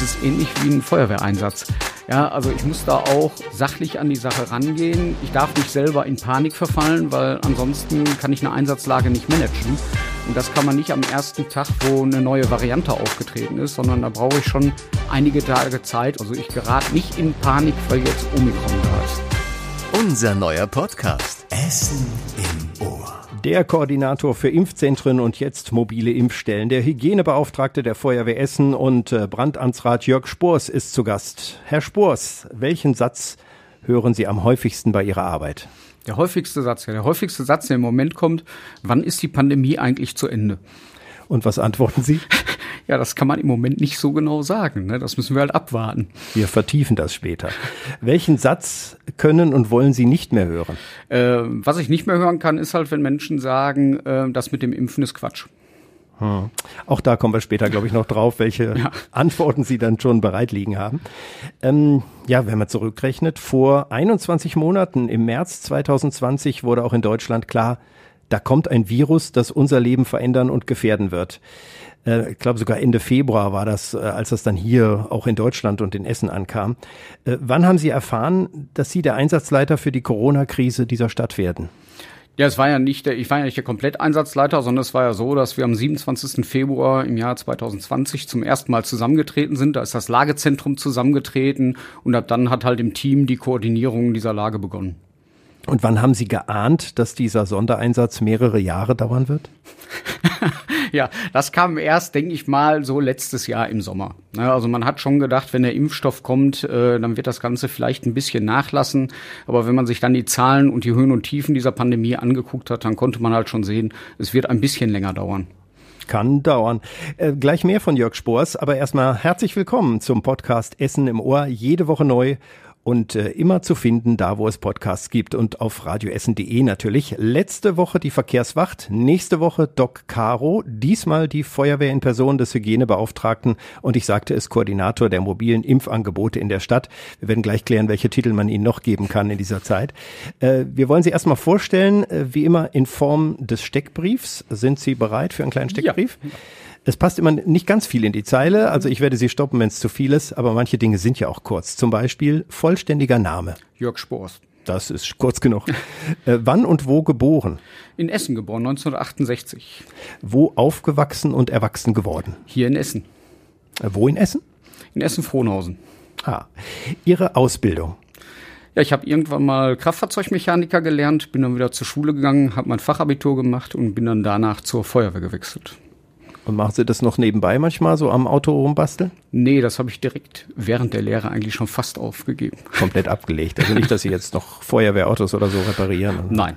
ist ähnlich wie ein Feuerwehreinsatz. Ja, also ich muss da auch sachlich an die Sache rangehen. Ich darf nicht selber in Panik verfallen, weil ansonsten kann ich eine Einsatzlage nicht managen. Und das kann man nicht am ersten Tag, wo eine neue Variante aufgetreten ist, sondern da brauche ich schon einige Tage Zeit. Also ich gerate nicht in Panik, weil jetzt Omikron da ist. Unser neuer Podcast. Essen im Ohr. Der Koordinator für Impfzentren und jetzt mobile Impfstellen, der Hygienebeauftragte der Feuerwehr Essen und Brandamtsrat Jörg Spoors ist zu Gast. Herr Spoors, welchen Satz hören Sie am häufigsten bei Ihrer Arbeit? Der häufigste Satz, der im Moment kommt: Wann ist die Pandemie eigentlich zu Ende? Und was antworten Sie? Ja, das kann man im Moment nicht so genau sagen, ne? Das müssen wir halt abwarten. Wir vertiefen das später. Welchen Satz können und wollen Sie nicht mehr hören? Was ich nicht mehr hören kann, ist halt, wenn Menschen sagen, das mit dem Impfen ist Quatsch. Auch da kommen wir später, glaube ich, noch drauf, welche Antworten Sie dann schon bereit liegen haben. Wenn man zurückrechnet, vor 21 Monaten, im März 2020, wurde auch in Deutschland klar, da kommt ein Virus, das unser Leben verändern und gefährden wird. Ich glaube, sogar Ende Februar war das, als das dann hier auch in Deutschland und in Essen ankam. Wann haben Sie erfahren, dass Sie der Einsatzleiter für die Corona-Krise dieser Stadt werden? Ja, ich war ja nicht der Kompletteinsatzleiter, sondern es war ja so, dass wir am 27. Februar im Jahr 2020 zum ersten Mal zusammengetreten sind. Da ist das Lagezentrum zusammengetreten und ab dann hat halt im Team die Koordinierung dieser Lage begonnen. Und wann haben Sie geahnt, dass dieser Sondereinsatz mehrere Jahre dauern wird? Ja, das kam erst, denke ich mal, so letztes Jahr im Sommer. Also man hat schon gedacht, wenn der Impfstoff kommt, dann wird das Ganze vielleicht ein bisschen nachlassen. Aber wenn man sich dann die Zahlen und die Höhen und Tiefen dieser Pandemie angeguckt hat, dann konnte man halt schon sehen, es wird ein bisschen länger dauern. Kann dauern. Gleich mehr von Jörg Spoors, aber erstmal herzlich willkommen zum Podcast Essen im Ohr, jede Woche neu. Und immer zu finden, da wo es Podcasts gibt und auf radioessen.de natürlich. Letzte Woche die Verkehrswacht, nächste Woche Doc Caro, diesmal die Feuerwehr in Person des Hygienebeauftragten und ich sagte es, Koordinator der mobilen Impfangebote in der Stadt. Wir werden gleich klären, welche Titel man Ihnen noch geben kann in dieser Zeit. Wir wollen Sie erstmal vorstellen, wie immer in Form des Steckbriefs. Sind Sie bereit für einen kleinen Steckbrief? Ja. Es passt immer nicht ganz viel in die Zeile, also ich werde Sie stoppen, wenn es zu viel ist, aber manche Dinge sind ja auch kurz. Zum Beispiel vollständiger Name. Jörg Spoors. Das ist kurz genug. Wann und wo geboren? In Essen geboren, 1968. Wo aufgewachsen und erwachsen geworden? Hier in Essen. Wo in Essen? In Essen-Frohnhausen. Ihre Ausbildung? Ja, ich habe irgendwann mal Kraftfahrzeugmechaniker gelernt, bin dann wieder zur Schule gegangen, habe mein Fachabitur gemacht und bin dann danach zur Feuerwehr gewechselt. Und machen Sie das noch nebenbei manchmal, so am Auto rumbasteln? Nee, das habe ich direkt während der Lehre eigentlich schon fast aufgegeben. Komplett abgelegt. Also nicht, dass Sie jetzt noch Feuerwehrautos oder so reparieren. Nein.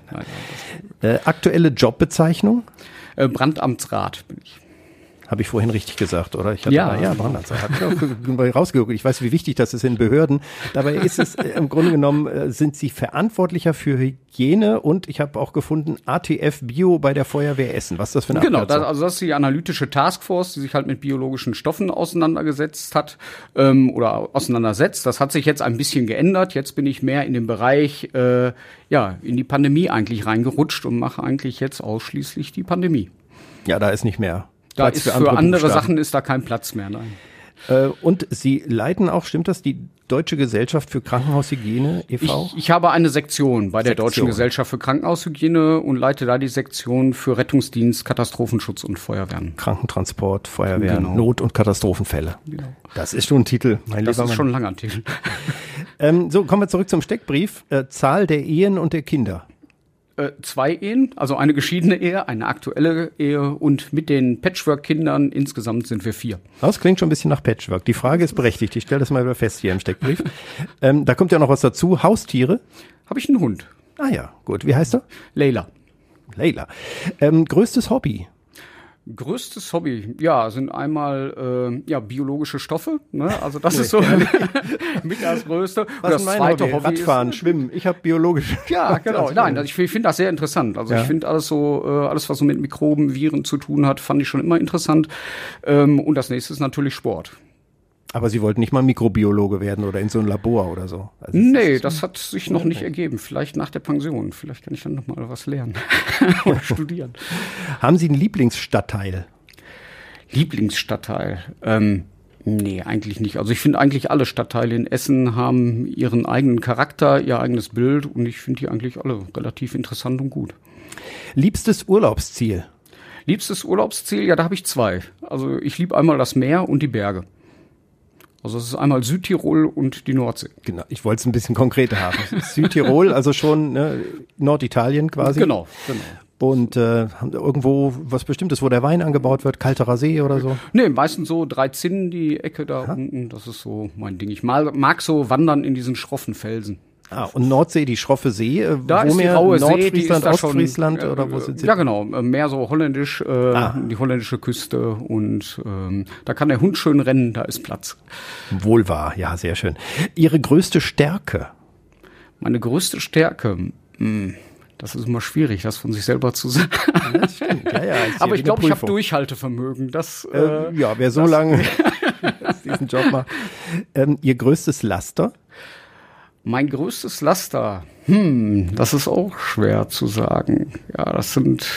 Aktuelle Jobbezeichnung? Brandamtsrat bin ich. Habe ich vorhin richtig gesagt, oder? Brandamtsrat. Habe ich auch rausgeguckt. Ich weiß, wie wichtig das ist in Behörden. Dabei ist es im Grunde genommen, sind Sie verantwortlicher für Hygiene und ich habe auch gefunden, ATF Bio bei der Feuerwehr Essen. Was ist das für eine Abkürzung? Genau, das ist die analytische Taskforce, die sich halt mit biologischen Stoffen auseinandergesetzt hat oder auseinandersetzt. Das hat sich jetzt ein bisschen geändert. Jetzt bin ich mehr in den Bereich, in die Pandemie eigentlich reingerutscht und mache eigentlich jetzt ausschließlich die Pandemie. Ja, da ist nicht mehr. Da ist für andere Sachen ist da kein Platz mehr, nein. Und Sie leiten auch, stimmt das, die Deutsche Gesellschaft für Krankenhaushygiene e.V.? Ich habe eine Sektion bei der Deutschen Gesellschaft für Krankenhaushygiene und leite da die Sektion für Rettungsdienst, Katastrophenschutz und Feuerwehren. Krankentransport, Feuerwehren, genau. Not- und Katastrophenfälle. Genau. Das ist schon ein Titel, mein Lieber. Das ist schon ein langer Titel. So, kommen wir zurück zum Steckbrief. Zahl der Ehen und der Kinder. 2 Ehen, also eine geschiedene Ehe, eine aktuelle Ehe und mit den Patchwork-Kindern insgesamt sind wir 4. Das klingt schon ein bisschen nach Patchwork. Die Frage ist berechtigt. Ich stelle das mal wieder fest hier im Steckbrief. Da kommt ja noch was dazu. Haustiere? Habe ich einen Hund. Ah ja, gut. Wie heißt er? Leila. Größtes Hobby? Größtes Hobby, sind einmal biologische Stoffe, ne? Also das ist so mit das Größte. Was das zweite Hobby? Radfahren, Schwimmen. Ich habe biologisch. Ja, genau. Nein, ich finde das sehr interessant. Also ich finde alles was so mit Mikroben, Viren zu tun hat, fand ich schon immer interessant. Und das nächste ist natürlich Sport. Aber Sie wollten nicht mal Mikrobiologe werden oder in so ein Labor oder so? Also nee, das hat sich noch nicht ergeben. Vielleicht nach der Pension. Vielleicht kann ich dann noch mal was lernen oder studieren. Haben Sie einen Lieblingsstadtteil? Lieblingsstadtteil? Nee, eigentlich nicht. Also ich finde eigentlich alle Stadtteile in Essen haben ihren eigenen Charakter, ihr eigenes Bild und ich finde die eigentlich alle relativ interessant und gut. Liebstes Urlaubsziel? Liebstes Urlaubsziel? Ja, da habe ich zwei. Also ich liebe einmal das Meer und die Berge. Also es ist einmal Südtirol und die Nordsee. Genau, ich wollte es ein bisschen konkreter haben. Südtirol, also schon Norditalien quasi. Genau. Und haben da irgendwo was Bestimmtes, wo der Wein angebaut wird? Kalterer See oder so? Nee, meistens so Dreizinnen, die Ecke da unten. Das ist so mein Ding. Ich mag so wandern in diesen schroffen Felsen. Und Nordsee, die schroffe See, da wo ist mehr die raue Nordfriesland, See, Ostfriesland oder wo sind Sie? Ja, genau, mehr so holländisch, die holländische Küste und da kann der Hund schön rennen, da ist Platz. Wohl wahr, ja, sehr schön. Ihre größte Stärke? Meine größte Stärke? Das ist immer schwierig, das von sich selber zu sagen. Das stimmt. Ja, aber ich glaube, ich habe Durchhaltevermögen. Wer so lange diesen Job macht. Ihr größtes Laster? Mein größtes Laster? Das ist auch schwer zu sagen. Ja, das sind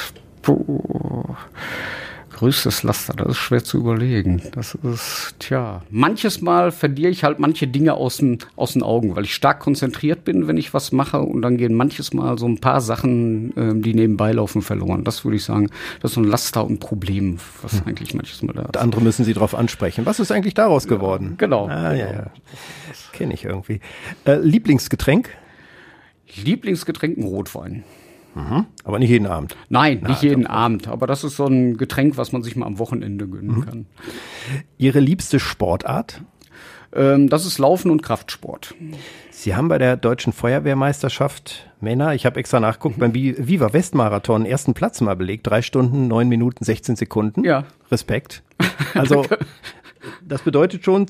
größtes Laster, das ist schwer zu überlegen. Das ist, manches Mal verliere ich halt manche Dinge aus den Augen, weil ich stark konzentriert bin, wenn ich was mache und dann gehen manches Mal so ein paar Sachen, die nebenbei laufen, verloren. Das würde ich sagen, das ist so ein Laster und Problem, was eigentlich manches Mal da ist. Andere müssen Sie darauf ansprechen. Was ist eigentlich daraus geworden? Genau. Ja. Kenne ich irgendwie. Lieblingsgetränk? Lieblingsgetränk, ein Rotwein. Aber nicht jeden Abend. Nein, nicht jeden Abend. Aber das ist so ein Getränk, was man sich mal am Wochenende gönnen kann. Ihre liebste Sportart? Das ist Laufen und Kraftsport. Sie haben bei der Deutschen Feuerwehrmeisterschaft Männer, ich habe extra nachgeguckt, beim Viva West-Marathon ersten Platz mal belegt. 3 Stunden, 9 Minuten, 16 Sekunden. Ja. Respekt. Also das bedeutet schon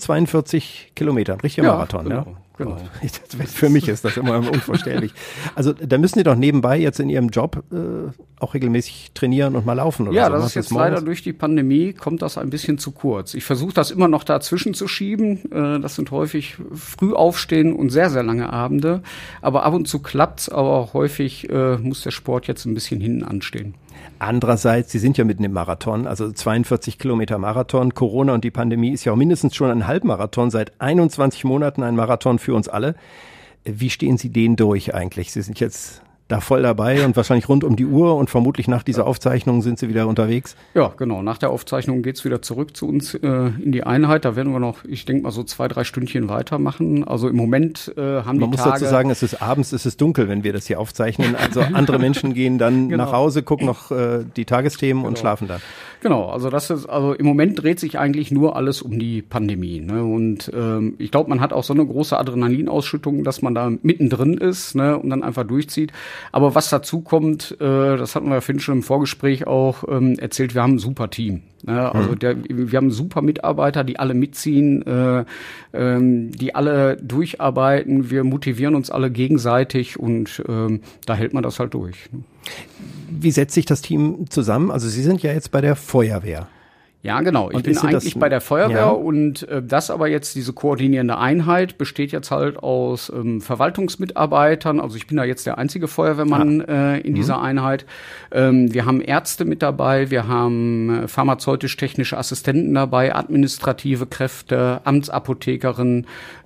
42 Kilometer, ein richtiger Marathon. Genau. Ja. Genau. Für mich ist das immer unvorstelllich. Also da müssen Sie doch nebenbei jetzt in Ihrem Job auch regelmäßig trainieren und mal laufen oder so. Ja, das ist jetzt leider durch die Pandemie, kommt das ein bisschen zu kurz. Ich versuche das immer noch dazwischen zu schieben. Das sind häufig früh aufstehen und sehr, sehr lange Abende. Aber ab und zu klappt's, aber häufig muss der Sport jetzt ein bisschen hinten anstehen. Andererseits, Sie sind ja mitten im Marathon, also 42 Kilometer Marathon. Corona und die Pandemie ist ja auch mindestens schon ein Halbmarathon, seit 21 Monaten ein Marathon für uns alle. Wie stehen Sie den durch eigentlich? Sie sind jetzt da voll dabei und wahrscheinlich rund um die Uhr und vermutlich nach dieser Aufzeichnung sind Sie wieder unterwegs. Ja, genau. Nach der Aufzeichnung geht's wieder zurück zu uns in die Einheit. Da werden wir noch, ich denke mal, so 2-3 Stündchen weitermachen. Also im Moment haben die Tage... Man muss dazu sagen, es ist abends, es ist dunkel, wenn wir das hier aufzeichnen. Also andere Menschen gehen dann nach Hause, gucken noch die Tagesthemen und schlafen dann. Genau, also im Moment dreht sich eigentlich nur alles um die Pandemie. Ne? Und ich glaube, man hat auch so eine große Adrenalinausschüttung, dass man da mittendrin ist, ne? Und dann einfach durchzieht. Aber was dazu kommt, das hatten wir ja vorhin schon im Vorgespräch auch erzählt, wir haben ein super Team. Ne? Also wir haben super Mitarbeiter, die alle mitziehen, die alle durcharbeiten. Wir motivieren uns alle gegenseitig und da hält man das halt durch. Ne? Wie setzt sich das Team zusammen? Also Sie sind ja jetzt bei der Feuerwehr. Ja, genau. Ich bin eigentlich bei der Feuerwehr und das aber jetzt, diese koordinierende Einheit besteht jetzt halt aus Verwaltungsmitarbeitern. Also ich bin da jetzt der einzige Feuerwehrmann in dieser Einheit. Wir haben Ärzte mit dabei, wir haben pharmazeutisch-technische Assistenten dabei, administrative Kräfte, Amtsapothekerin,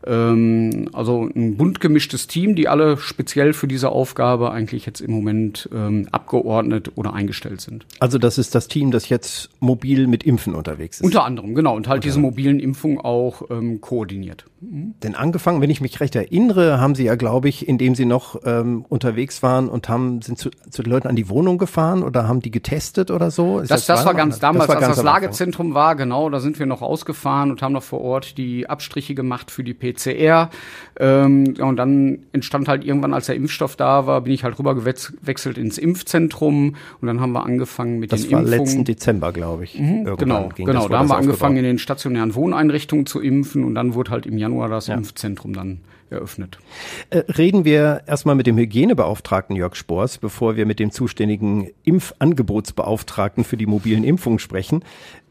also ein bunt gemischtes Team, die alle speziell für diese Aufgabe eigentlich jetzt im Moment abgeordnet oder eingestellt sind. Also das ist das Team, das jetzt mobil mit Impfen unterwegs ist. Unter anderem, genau. Und halt diese mobilen Impfungen auch koordiniert. Denn angefangen, wenn ich mich recht erinnere, haben Sie ja, glaube ich, indem Sie noch unterwegs waren und sind zu den Leuten an die Wohnung gefahren oder haben die getestet oder so? Das war ganz damals, als das Lagezentrum war, genau. Da sind wir noch rausgefahren und haben noch vor Ort die Abstriche gemacht für die PCR. Und dann entstand halt irgendwann, als der Impfstoff da war, bin ich halt rüber gewechselt ins Impfzentrum und dann haben wir angefangen mit den Impfungen. Das war letzten Dezember, glaube ich. Genau, da haben wir angefangen, in den stationären Wohneinrichtungen zu impfen und dann wurde halt im Januar das Impfzentrum dann eröffnet. Reden wir erstmal mit dem Hygienebeauftragten Jörg Spors, bevor wir mit dem zuständigen Impfangebotsbeauftragten für die mobilen Impfungen sprechen.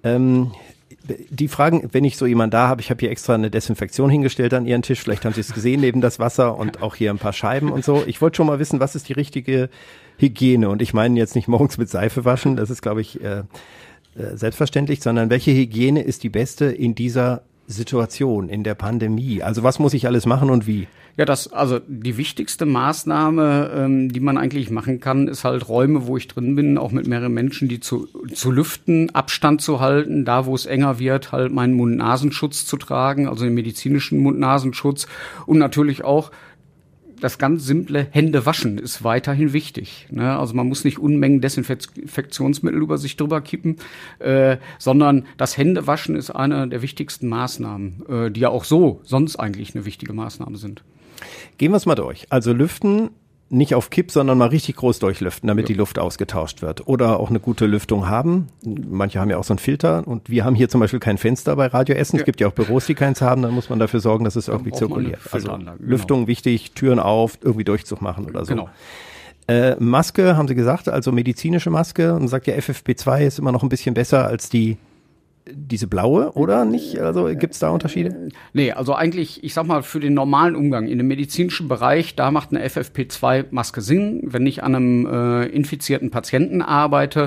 Die fragen, wenn ich so jemanden da habe, ich habe hier extra eine Desinfektion hingestellt an Ihren Tisch, vielleicht haben Sie es gesehen, neben das Wasser und auch hier ein paar Scheiben und so. Ich wollte schon mal wissen, was ist die richtige Hygiene? Und ich meine jetzt nicht morgens mit Seife waschen, das ist, glaube ich, selbstverständlich, sondern welche Hygiene ist die beste in dieser Situation in der Pandemie? Also was muss ich alles machen und wie? Ja, also die wichtigste Maßnahme, die man eigentlich machen kann, ist halt Räume, wo ich drin bin, auch mit mehreren Menschen, die zu lüften, Abstand zu halten, da wo es enger wird, halt meinen Mund-Nasenschutz zu tragen, also den medizinischen Mund-Nasenschutz und natürlich auch das ganz simple Hände waschen ist weiterhin wichtig. Ne? Also man muss nicht Unmengen Desinfektionsmittel über sich drüber kippen, sondern das Händewaschen ist eine der wichtigsten Maßnahmen, die ja auch sonst eigentlich eine wichtige Maßnahme sind. Gehen wir es mal durch. Also lüften, nicht auf Kipp, sondern mal richtig groß durchlüften, damit die Luft ausgetauscht wird. Oder auch eine gute Lüftung haben. Manche haben ja auch so einen Filter und wir haben hier zum Beispiel kein Fenster bei Radio Essen. Es gibt ja auch Büros, die keins haben, dann muss man dafür sorgen, dass es irgendwie zirkuliert. Also Lüftung wichtig, Türen auf, irgendwie Durchzug machen oder so. Genau. Maske, haben Sie gesagt, also medizinische Maske. Und sagt ja, FFP2 ist immer noch ein bisschen besser als diese blaue, oder nicht? Also gibt's da Unterschiede? Nee, also eigentlich, ich sag mal, für den normalen Umgang in dem medizinischen Bereich, da macht eine FFP2-Maske Sinn. Wenn ich an einem infizierten Patienten arbeite,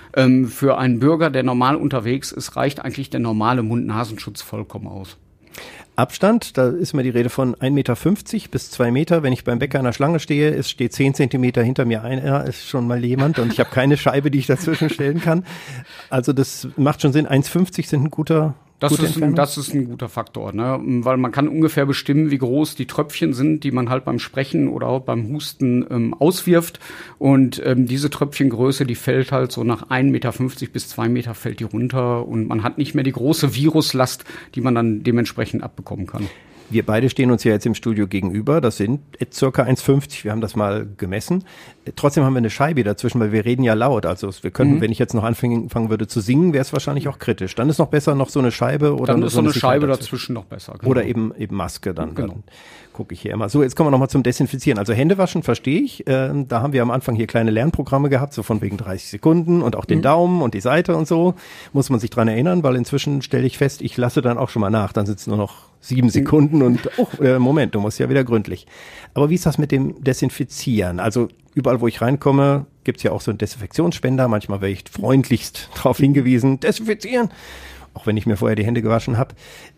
für einen Bürger, der normal unterwegs ist, reicht eigentlich der normale Mund-Nasenschutz vollkommen aus. Abstand, da ist mir die Rede von 1,50 Meter bis 2 Meter. Wenn ich beim Bäcker in der Schlange stehe, es steht 10 Zentimeter hinter mir ist schon mal jemand und ich habe keine Scheibe, die ich dazwischen stellen kann. Also das macht schon Sinn. 1,50 sind ein guter Das ist ein guter Faktor, ne? Weil man kann ungefähr bestimmen, wie groß die Tröpfchen sind, die man halt beim Sprechen oder auch beim Husten auswirft. Und diese Tröpfchengröße, die fällt halt so nach 1,50 Meter bis 2 Meter fällt die runter. Und man hat nicht mehr die große Viruslast, die man dann dementsprechend abbekommen kann. Wir beide stehen uns ja jetzt im Studio gegenüber. Das sind circa 1,50. Wir haben das mal gemessen. Trotzdem haben wir eine Scheibe dazwischen, weil wir reden ja laut. Also wir können, wenn ich jetzt noch anfangen würde zu singen, wäre es wahrscheinlich auch kritisch. Dann ist noch besser noch so eine Scheibe oder dann ist so eine Scheibe dazwischen noch besser. Genau. Oder eben Maske dann. Genau. Dann gucke ich hier immer. So, jetzt kommen wir nochmal zum Desinfizieren. Also Hände waschen verstehe ich. Da haben wir am Anfang hier kleine Lernprogramme gehabt, so von wegen 30 Sekunden und auch den Daumen und die Seite und so. Muss man sich dran erinnern, weil inzwischen stelle ich fest, ich lasse dann auch schon mal nach. Dann sind es nur noch 7 Sekunden und Moment, du musst ja wieder gründlich. Aber wie ist das mit dem Desinfizieren? Also überall, wo ich reinkomme, gibt's ja auch so einen Desinfektionsspender. Manchmal werde ich freundlichst darauf hingewiesen, desinfizieren, auch wenn ich mir vorher die Hände gewaschen habe.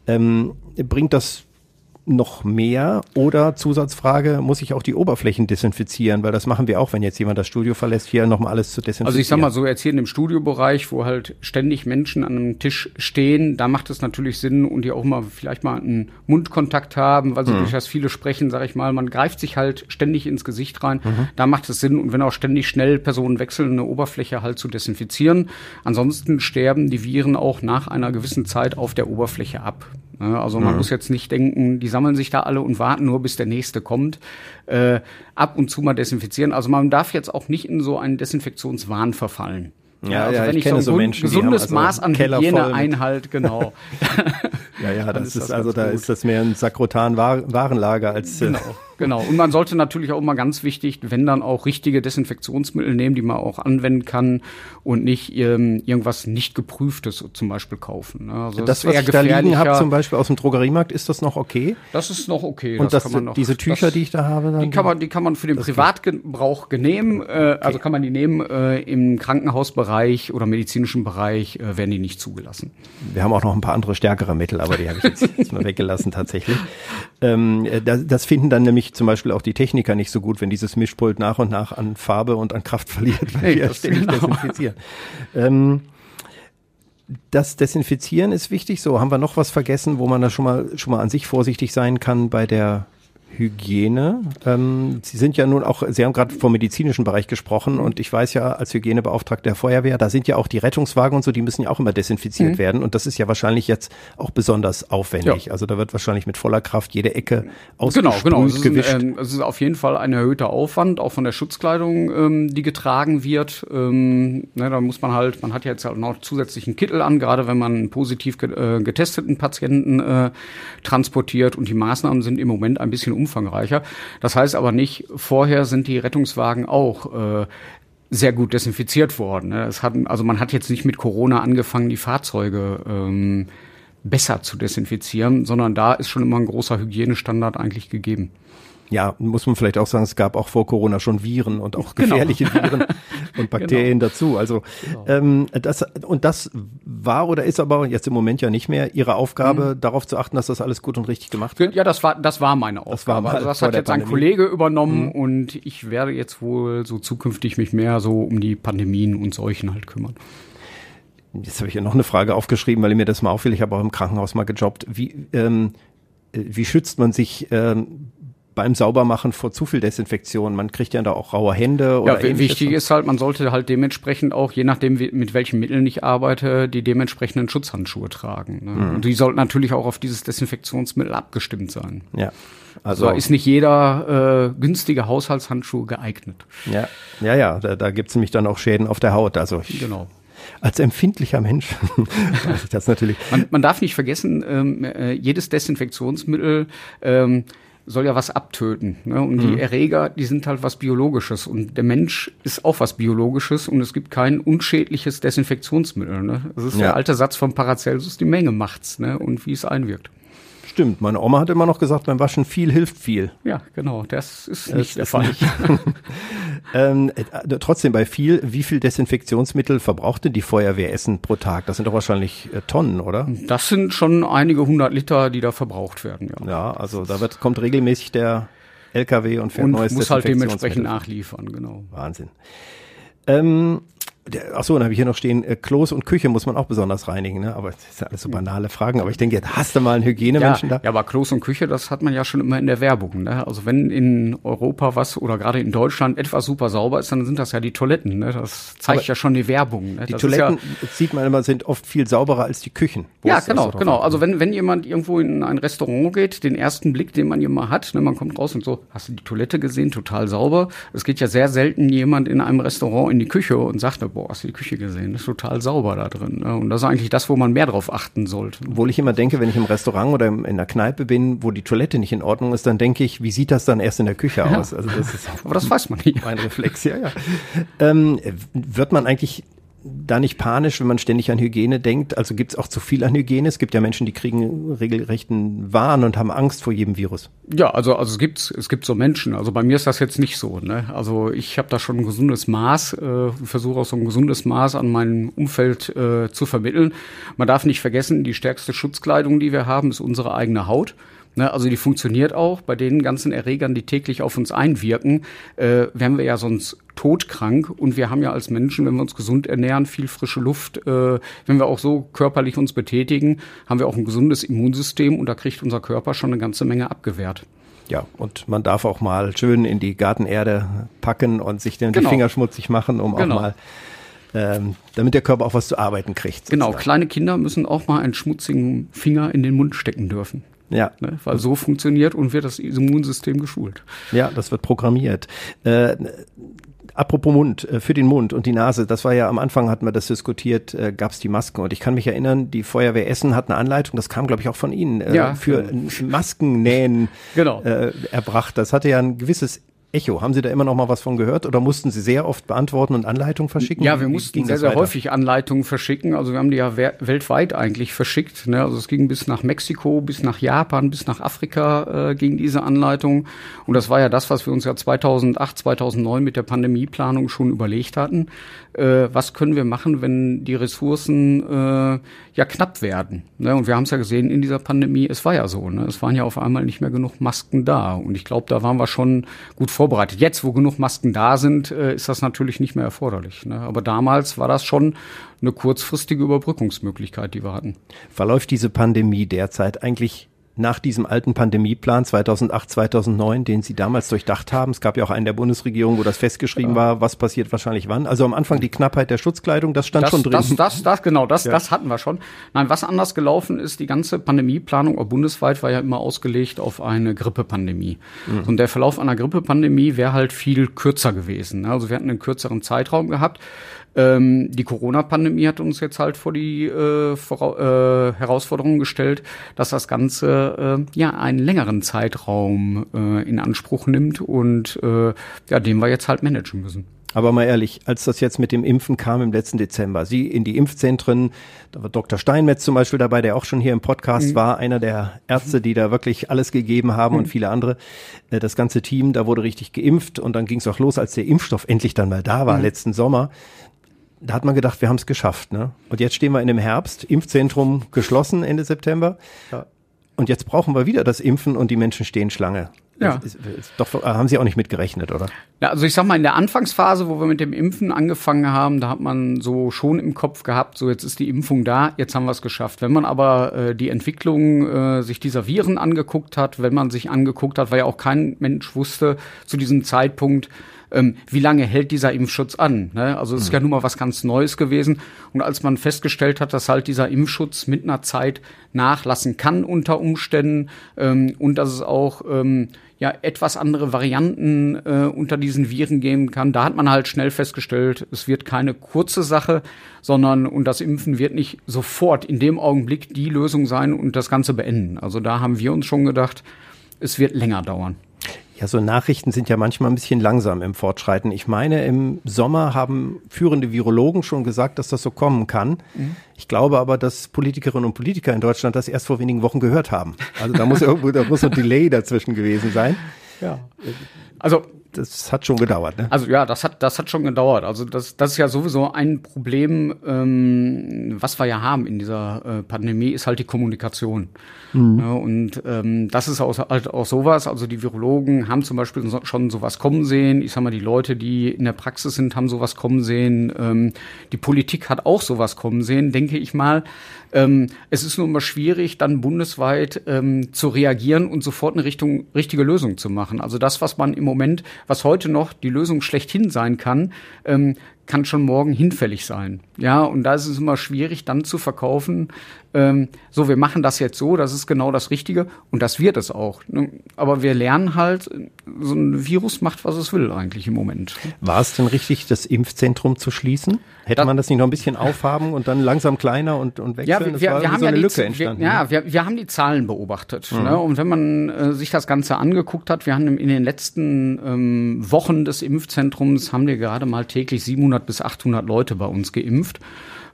Bringt das noch mehr? Oder Zusatzfrage, muss ich auch die Oberflächen desinfizieren? Weil das machen wir auch, wenn jetzt jemand das Studio verlässt, hier nochmal alles zu desinfizieren. Also ich sag mal so, jetzt hier in dem Studiobereich, wo halt ständig Menschen an einem Tisch stehen, da macht es natürlich Sinn und die auch mal vielleicht mal einen Mundkontakt haben, weil so durch das viele sprechen, sag ich mal, man greift sich halt ständig ins Gesicht rein. Da macht es Sinn und wenn auch ständig schnell Personen wechseln, eine Oberfläche halt zu desinfizieren. Ansonsten sterben die Viren auch nach einer gewissen Zeit auf der Oberfläche ab. Also man muss jetzt nicht denken, die sammeln sich da alle und warten nur, bis der nächste kommt. Ab und zu mal desinfizieren. Also man darf jetzt auch nicht in so einen Desinfektionswahn verfallen. Ja, also wenn ich kenne so Menschen, gesundes die haben Maß an Hygiene einhalt, genau. Ja, das ist also da ist das mehr ein Sakrotan Warenlager als Genau. Und man sollte natürlich auch mal ganz wichtig, wenn dann auch richtige Desinfektionsmittel nehmen, die man auch anwenden kann und nicht irgendwas nicht geprüftes zum Beispiel kaufen. Also das was ich da liegen habe, zum Beispiel aus dem Drogeriemarkt, ist das noch okay? Das ist noch okay. Und das kann man noch, diese Tücher, die ich da habe, dann die kann man für den Privatgebrauch nehmen. Also kann man die nehmen im Krankenhausbereich oder medizinischen Bereich werden die nicht zugelassen. Wir haben auch noch ein paar andere stärkere Mittel, aber die habe ich jetzt mal weggelassen tatsächlich. Das finden dann nämlich zum Beispiel auch die Techniker nicht so gut, wenn dieses Mischpult nach und nach an Farbe und an Kraft verliert, weil wir ständig desinfizieren. Das Desinfizieren ist wichtig. So, haben wir noch was vergessen, wo man da schon mal an sich vorsichtig sein kann bei der Hygiene. Sie sind ja nun auch, Sie haben gerade vom medizinischen Bereich gesprochen und ich weiß ja, als Hygienebeauftragter der Feuerwehr, da sind ja auch die Rettungswagen und so, die müssen ja auch immer desinfiziert werden und das ist ja wahrscheinlich jetzt auch besonders aufwendig. Ja. Also da wird wahrscheinlich mit voller Kraft jede Ecke ausgesprüht, genau. gewischt. Es ist auf jeden Fall ein erhöhter Aufwand, auch von der Schutzkleidung, die getragen wird. Da muss man hat ja jetzt halt noch zusätzlichen Kittel an, gerade wenn man einen positiv getesteten Patienten transportiert und die Maßnahmen sind im Moment ein bisschen umfangreicher. Das heißt aber nicht, vorher sind die Rettungswagen auch sehr gut desinfiziert worden. Man hat jetzt nicht mit Corona angefangen, die Fahrzeuge besser zu desinfizieren, sondern da ist schon immer ein großer Hygienestandard eigentlich gegeben. Ja, muss man vielleicht auch sagen, es gab auch vor Corona schon Viren und auch gefährliche Viren und Bakterien dazu. Also das war oder ist aber jetzt im Moment ja nicht mehr Ihre Aufgabe, darauf zu achten, dass das alles gut und richtig gemacht wird? Ja, das war meine Aufgabe. Das hat jetzt ein Kollege übernommen und ich werde jetzt wohl so zukünftig mich mehr so um die Pandemien und Seuchen halt kümmern. Jetzt habe ich hier noch eine Frage aufgeschrieben, weil mir das mal auffiel. Ich habe auch im Krankenhaus mal gejobbt. Wie schützt man sich beim Saubermachen vor zu viel Desinfektion? Man kriegt ja da auch raue Hände oder ähnliches. Wichtig ist halt, man sollte halt dementsprechend auch, je nachdem mit welchen Mitteln ich arbeite, die dementsprechenden Schutzhandschuhe tragen. Ne? Und die sollten natürlich auch auf dieses Desinfektionsmittel abgestimmt sein. Ja. Also da ist nicht jeder günstige Haushaltshandschuh geeignet. Ja, da gibt's nämlich dann auch Schäden auf der Haut. Also genau. Als empfindlicher Mensch weiß ich das natürlich. Man darf nicht vergessen, jedes Desinfektionsmittel soll ja was abtöten. Ne? Und die Erreger, die sind halt was Biologisches. Und der Mensch ist auch was Biologisches und es gibt kein unschädliches Desinfektionsmittel. Ne? Das ist der alte Satz von Paracelsus, die Menge macht's, ne? Und wie es einwirkt. Stimmt, meine Oma hat immer noch gesagt, beim Waschen viel hilft viel. Ja, genau, das ist nicht der Fall. Trotzdem bei viel, wie viel Desinfektionsmittel verbrauchte die Feuerwehr Essen pro Tag? Das sind doch wahrscheinlich Tonnen, oder? Das sind schon einige 100 Liter, die da verbraucht werden, ja. Ja, also da kommt regelmäßig der LKW und fährt neues Desinfektionsmittel. Und muss halt dementsprechend nachliefern, genau. Wahnsinn. Achso, dann habe ich hier noch stehen, Klos und Küche muss man auch besonders reinigen, ne? Aber das sind alles so banale Fragen. Aber ich denke, jetzt hast du mal einen Hygienemenschen da. Ja, aber Klos und Küche, das hat man ja schon immer in der Werbung, ne? Also wenn in Europa was oder gerade in Deutschland etwas super sauber ist, dann sind das ja die Toiletten, ne? Das zeigt ja schon die Werbung, ne? Die Toiletten, sieht man immer, sind oft viel sauberer als die Küchen. Ja, genau. Also wenn jemand irgendwo in ein Restaurant geht, den ersten Blick, den man immer hat, ne, man kommt raus und so, hast du die Toilette gesehen? Total sauber. Es geht ja sehr selten jemand in einem Restaurant in die Küche und sagt, boah, hast du die Küche gesehen? Das ist total sauber da drin. Ne? Und das ist eigentlich das, wo man mehr drauf achten sollte. Obwohl ich immer denke, wenn ich im Restaurant oder in einer Kneipe bin, wo die Toilette nicht in Ordnung ist, dann denke ich, wie sieht das dann erst in der Küche aus? Also das ist aber das weiß man nicht. Mein Reflex, ja. Wird man eigentlich da nicht panisch, wenn man ständig an Hygiene denkt? Also gibt es auch zu viel an Hygiene? Es gibt ja Menschen, die kriegen regelrechten Wahn und haben Angst vor jedem Virus. Ja, also es gibt so Menschen. Also bei mir ist das jetzt nicht so. Ne? Also ich habe da schon ein gesundes Maß, versuche auch so ein gesundes Maß an meinem Umfeld zu vermitteln. Man darf nicht vergessen, die stärkste Schutzkleidung, die wir haben, ist unsere eigene Haut. Ne, also die funktioniert auch bei den ganzen Erregern, die täglich auf uns einwirken, wären wir ja sonst todkrank. Und wir haben ja als Menschen, wenn wir uns gesund ernähren, viel frische Luft, wenn wir auch so körperlich uns betätigen, haben wir auch ein gesundes Immunsystem und da kriegt unser Körper schon eine ganze Menge abgewehrt. Ja, und man darf auch mal schön in die Gartenerde packen und sich dann die Finger schmutzig machen, um auch mal damit der Körper auch was zu arbeiten kriegt. Sozusagen. Genau, kleine Kinder müssen auch mal einen schmutzigen Finger in den Mund stecken dürfen. Ja. Ne, weil so funktioniert und wird das Immunsystem geschult. Ja, das wird programmiert. Apropos Mund, für den Mund und die Nase, das war ja am Anfang, hatten wir das diskutiert, gab es die Masken. Und ich kann mich erinnern, die Feuerwehr Essen hat eine Anleitung, das kam, glaube ich, auch von Ihnen, für Maskennähen erbracht. Das hatte ja ein gewisses Echo. Haben Sie da immer noch mal was von gehört oder mussten Sie sehr oft beantworten und Anleitungen verschicken? Ja, wir mussten sehr häufig Anleitungen verschicken. Also wir haben die ja weltweit eigentlich verschickt. Ne? Also es ging bis nach Mexiko, bis nach Japan, bis nach Afrika ging diese Anleitung. Und das war ja das, was wir uns ja 2008, 2009 mit der Pandemieplanung schon überlegt hatten. Was können wir machen, wenn die Ressourcen knapp werden? Ne? Und wir haben es ja gesehen in dieser Pandemie, es war ja so. Ne? Es waren ja auf einmal nicht mehr genug Masken da. Und ich glaube, da waren wir schon gut vorbereitet. Jetzt, wo genug Masken da sind, ist das natürlich nicht mehr erforderlich. Ne? Aber damals war das schon eine kurzfristige Überbrückungsmöglichkeit, die wir hatten. Verläuft diese Pandemie derzeit eigentlich nach diesem alten Pandemieplan 2008, 2009, den Sie damals durchdacht haben? Es gab ja auch einen der Bundesregierung, wo das festgeschrieben war, was passiert wahrscheinlich wann. Also am Anfang die Knappheit der Schutzkleidung, das stand schon drin. Das hatten wir schon. Nein, was anders gelaufen ist, die ganze Pandemieplanung, auch bundesweit, war ja immer ausgelegt auf eine Grippepandemie. Und der Verlauf einer Grippepandemie wäre halt viel kürzer gewesen. Also wir hatten einen kürzeren Zeitraum gehabt. Die Corona-Pandemie hat uns jetzt halt vor die Herausforderung gestellt, dass das Ganze einen längeren Zeitraum in Anspruch nimmt und den wir jetzt halt managen müssen. Aber mal ehrlich, als das jetzt mit dem Impfen kam im letzten Dezember, Sie in die Impfzentren, da war Dr. Steinmetz zum Beispiel dabei, der auch schon hier im Podcast war, einer der Ärzte, die da wirklich alles gegeben haben und viele andere. Das ganze Team, da wurde richtig geimpft und dann ging es auch los, als der Impfstoff endlich dann mal da war, letzten Sommer. Da hat man gedacht, wir haben es geschafft, ne? Und jetzt stehen wir in dem Herbst, Impfzentrum geschlossen Ende September. Ja. Und jetzt brauchen wir wieder das Impfen und die Menschen stehen Schlange. Ja. Doch, haben Sie auch nicht mit gerechnet, oder? Ja, also ich sag mal, in der Anfangsphase, wo wir mit dem Impfen angefangen haben, da hat man so schon im Kopf gehabt, so jetzt ist die Impfung da, jetzt haben wir es geschafft. Wenn man aber die Entwicklung sich dieser Viren angeguckt hat, wenn man sich angeguckt hat, weil ja auch kein Mensch wusste zu diesem Zeitpunkt, wie lange hält dieser Impfschutz an? Ne? Also es ist ja nun mal was ganz Neues gewesen. Und als man festgestellt hat, dass halt dieser Impfschutz mit einer Zeit nachlassen kann unter Umständen und dass es auch etwas andere Varianten unter diesen Viren geben kann, da hat man halt schnell festgestellt, es wird keine kurze Sache, sondern und das Impfen wird nicht sofort in dem Augenblick die Lösung sein und das Ganze beenden. Also da haben wir uns schon gedacht, es wird länger dauern. Ja, so Nachrichten sind ja manchmal ein bisschen langsam im Fortschreiten. Ich meine, im Sommer haben führende Virologen schon gesagt, dass das so kommen kann. Ich glaube aber, dass Politikerinnen und Politiker in Deutschland das erst vor wenigen Wochen gehört haben. Also da muss ein Delay dazwischen gewesen sein. Ja. Also das hat schon gedauert, ne? Also ja, das hat schon gedauert. Also das ist ja sowieso ein Problem, was wir ja haben in dieser Pandemie, ist halt die Kommunikation. Ja, und das ist halt auch sowas. Also die Virologen haben zum Beispiel schon sowas kommen sehen. Ich sag mal, die Leute, die in der Praxis sind, haben sowas kommen sehen. Die Politik hat auch sowas kommen sehen, denke ich mal. Es ist nur immer schwierig, dann bundesweit zu reagieren und sofort eine richtige Lösung zu machen. Also das, was man im Moment, was heute noch die Lösung schlechthin sein kann, kann schon morgen hinfällig sein. Ja, und da ist es immer schwierig, dann zu verkaufen, so, wir machen das jetzt so, das ist genau das Richtige und das wird es auch. Aber wir lernen halt, so ein Virus macht, was es will eigentlich im Moment. War es denn richtig, das Impfzentrum zu schließen? Hätte man das nicht noch ein bisschen aufhaben und dann langsam kleiner und wechseln? Ja, wir haben so eine Lücke entstanden. Wir haben die Zahlen beobachtet. Ne? Und wenn man sich das Ganze angeguckt hat, wir haben in den letzten Wochen des Impfzentrums, haben wir gerade mal täglich 700 bis 800 Leute bei uns geimpft.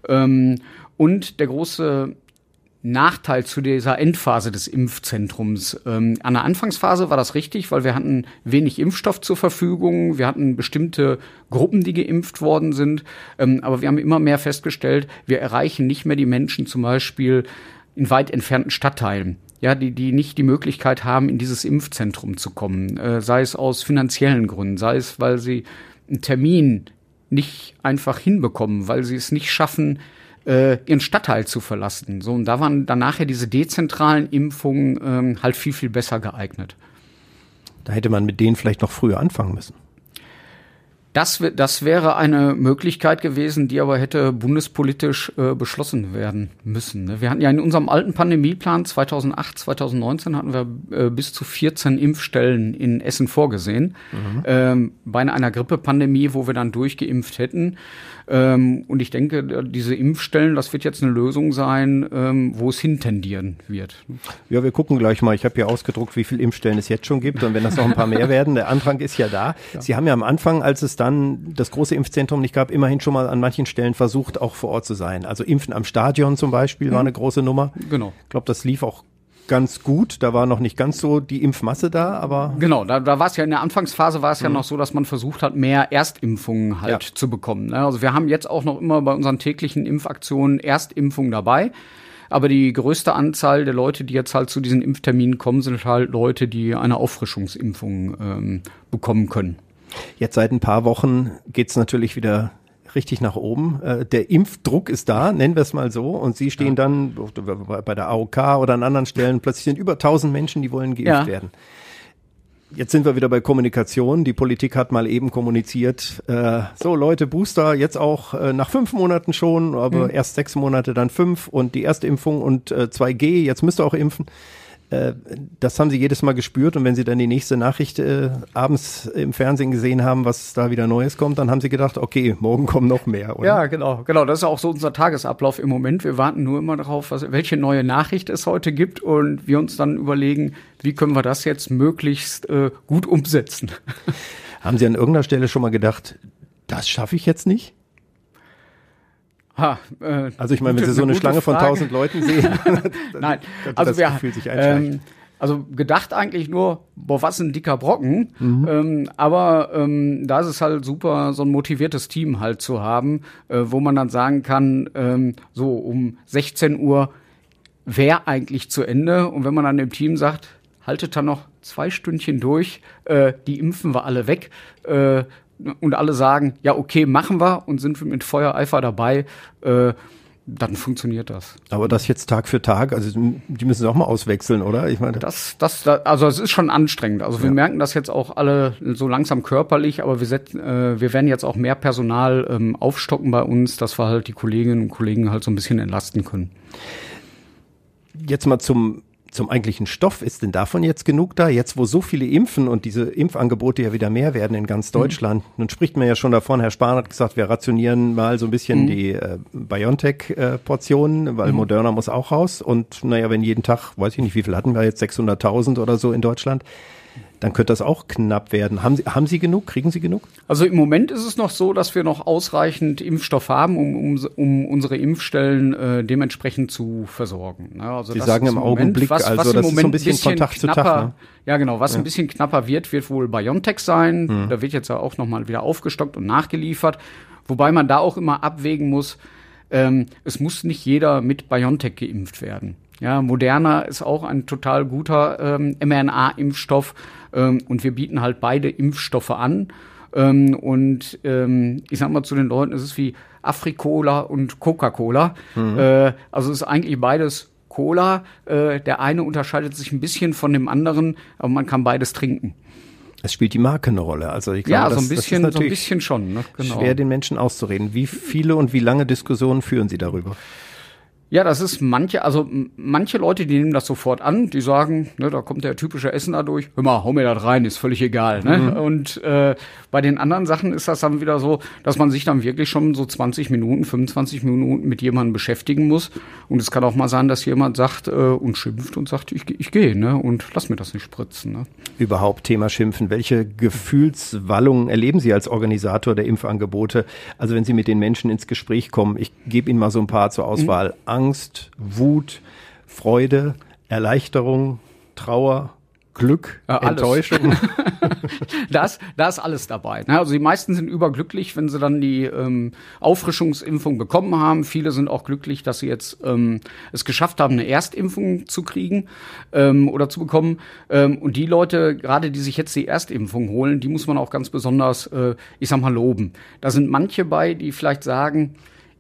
Und der große Nachteil zu dieser Endphase des Impfzentrums. An der Anfangsphase war das richtig, weil wir hatten wenig Impfstoff zur Verfügung. Wir hatten bestimmte Gruppen, die geimpft worden sind. Aber wir haben immer mehr festgestellt, wir erreichen nicht mehr die Menschen zum Beispiel in weit entfernten Stadtteilen. Ja, die nicht die Möglichkeit haben, in dieses Impfzentrum zu kommen. Sei es aus finanziellen Gründen, sei es, weil sie einen Termin nicht einfach hinbekommen, weil sie es nicht schaffen, ihren Stadtteil zu verlassen. So, und da waren dann nachher diese dezentralen Impfungen halt viel, viel besser geeignet. Da hätte man mit denen vielleicht noch früher anfangen müssen. Das wäre eine Möglichkeit gewesen, die aber hätte bundespolitisch beschlossen werden müssen. Ne? Wir hatten ja in unserem alten Pandemieplan 2008, 2019 hatten wir bis zu 14 Impfstellen in Essen vorgesehen. Bei einer Grippepandemie, wo wir dann durchgeimpft hätten. Und ich denke, diese Impfstellen, das wird jetzt eine Lösung sein, wo es hintendieren wird. Ja, wir gucken gleich mal. Ich habe hier ausgedruckt, wie viele Impfstellen es jetzt schon gibt. Und wenn das noch ein paar mehr werden, der Andrang ist ja da. Ja. Sie haben ja am Anfang, als es dann das große Impfzentrum nicht gab, immerhin schon mal an manchen Stellen versucht, auch vor Ort zu sein. Also Impfen am Stadion zum Beispiel war eine große Nummer. Genau. Ich glaube, das lief auch ganz gut. Da war noch nicht ganz so die Impfmasse da, aber... Genau, da war es ja in der Anfangsphase war es ja noch so, dass man versucht hat, mehr Erstimpfungen halt zu bekommen. Also wir haben jetzt auch noch immer bei unseren täglichen Impfaktionen Erstimpfungen dabei. Aber die größte Anzahl der Leute, die jetzt halt zu diesen Impfterminen kommen, sind halt Leute, die eine Auffrischungsimpfung bekommen können. Jetzt seit ein paar Wochen geht's natürlich wieder richtig nach oben. Der Impfdruck ist da, nennen wir es mal so. Und Sie stehen dann bei der AOK oder an anderen Stellen, plötzlich sind über 1000 Menschen, die wollen geimpft werden. Jetzt sind wir wieder bei Kommunikation. Die Politik hat mal eben kommuniziert, so Leute, Booster, jetzt auch nach 5 Monaten schon, aber erst 6 Monate, dann 5 und die erste Impfung und 2G, jetzt müsst ihr auch impfen. Das haben Sie jedes Mal gespürt und wenn Sie dann die nächste Nachricht abends im Fernsehen gesehen haben, was da wieder Neues kommt, dann haben Sie gedacht, okay, morgen kommen noch mehr, oder? Ja, genau. Das ist auch so unser Tagesablauf im Moment. Wir warten nur immer darauf, welche neue Nachricht es heute gibt und wir uns dann überlegen, wie können wir das jetzt möglichst gut umsetzen. Haben Sie an irgendeiner Stelle schon mal gedacht, Das schaffe ich jetzt nicht? Also ich meine, wenn Sie so eine Schlange von 1000 Leuten sehen, Nein, also das Gefühl sich einschleicht. Also gedacht eigentlich nur, boah, was ein dicker Brocken. Aber da ist es halt super, so ein motiviertes Team halt zu haben, wo man dann sagen kann, so um 16 Uhr wäre eigentlich zu Ende. Und wenn man dann dem Team sagt, haltet da noch 2 Stündchen durch, die impfen wir alle weg. Und alle sagen, ja, okay, machen wir und sind mit Feuereifer dabei, dann funktioniert das. Aber das jetzt Tag für Tag, also die müssen es auch mal auswechseln, oder? Ich meine, also es ist schon anstrengend. Also wir merken das jetzt auch alle so langsam körperlich, aber wir werden jetzt auch mehr Personal aufstocken bei uns, dass wir halt die Kolleginnen und Kollegen halt so ein bisschen entlasten können. Jetzt mal zum eigentlichen Stoff. Ist denn davon jetzt genug da? Jetzt, wo so viele impfen und diese Impfangebote ja wieder mehr werden in ganz Deutschland. Nun spricht man ja schon davon, Herr Spahn hat gesagt, wir rationieren mal so ein bisschen die BioNTech-Portionen, weil Moderna muss auch raus. Und naja, wenn jeden Tag, weiß ich nicht, wie viel hatten wir jetzt, 600.000 oder so in Deutschland, dann könnte das auch knapp werden. Haben Sie genug? Kriegen Sie genug? Also im Moment ist es noch so, dass wir noch ausreichend Impfstoff haben, um unsere Impfstellen dementsprechend zu versorgen. Also Sie sagen im Augenblick, das ist so ein bisschen von Tag zu Tag. Ne? Ja, genau. Was ein bisschen knapper wird wohl BioNTech sein. Da wird jetzt ja auch nochmal wieder aufgestockt und nachgeliefert. Wobei man da auch immer abwägen muss, es muss nicht jeder mit BioNTech geimpft werden. Ja, Moderna ist auch ein total guter mRNA-Impfstoff und wir bieten halt beide Impfstoffe an. Ich sag mal zu den Leuten, es ist wie Afri-Cola und Coca-Cola. Also es ist eigentlich beides Cola. Der eine unterscheidet sich ein bisschen von dem anderen, aber man kann beides trinken. Es spielt die Marke eine Rolle. Also ich glaube, so ein bisschen schon. Ne? Genau. Schwer den Menschen auszureden. Wie viele und wie lange Diskussionen führen Sie darüber? Ja, das ist manche Leute, die nehmen das sofort an, die sagen, ne, da kommt der typische Essener durch, hör mal, hau mir das rein, ist völlig egal, ne? Und bei den anderen Sachen ist das dann wieder so, dass man sich dann wirklich schon so 20 Minuten, 25 Minuten mit jemandem beschäftigen muss. Und es kann auch mal sein, dass jemand sagt und schimpft und sagt, ich gehe, ne, und lass mir das nicht spritzen, ne? Überhaupt Thema Schimpfen. Welche Gefühlswallungen erleben Sie als Organisator der Impfangebote? Also wenn Sie mit den Menschen ins Gespräch kommen, ich gebe Ihnen mal so ein paar zur Auswahl. Angst, Wut, Freude, Erleichterung, Trauer, Glück, Enttäuschung. Da ist alles dabei. Also die meisten sind überglücklich, wenn sie dann die Auffrischungsimpfung bekommen haben. Viele sind auch glücklich, dass sie jetzt es geschafft haben, eine Erstimpfung zu kriegen oder zu bekommen. Und die Leute, gerade die sich jetzt die Erstimpfung holen, die muss man auch ganz besonders, ich sag mal, loben. Da sind manche bei, die vielleicht sagen,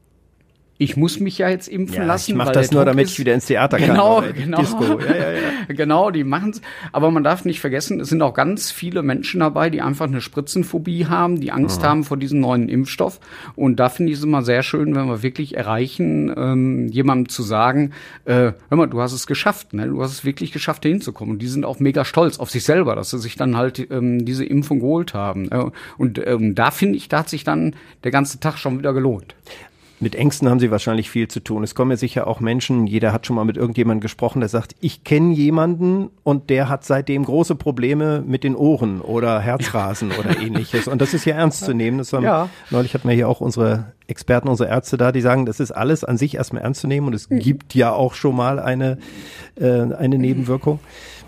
ich muss mich ja jetzt impfen lassen. Ich mache das nur, damit ich wieder ins Theater kann. Genau. Disco. Genau, die machen's. Aber man darf nicht vergessen, es sind auch ganz viele Menschen dabei, die einfach eine Spritzenphobie haben, die Angst haben vor diesem neuen Impfstoff. Und da finde ich es immer sehr schön, wenn wir wirklich erreichen, jemandem zu sagen, hör mal, du hast es geschafft, ne? Du hast es wirklich geschafft, da hinzukommen. Und die sind auch mega stolz auf sich selber, dass sie sich dann halt diese Impfung geholt haben. Und da finde ich, da hat sich dann der ganze Tag schon wieder gelohnt. Mit Ängsten haben Sie wahrscheinlich viel zu tun. Es kommen ja sicher auch Menschen, jeder hat schon mal mit irgendjemandem gesprochen, der sagt, ich kenne jemanden und der hat seitdem große Probleme mit den Ohren oder Herzrasen oder ähnliches. Und das ist ja ernst zu nehmen. Neulich hatten wir hier auch unsere Experten, unsere Ärzte da, die sagen, das ist alles an sich erstmal ernst zu nehmen und es gibt ja auch schon mal eine Nebenwirkung.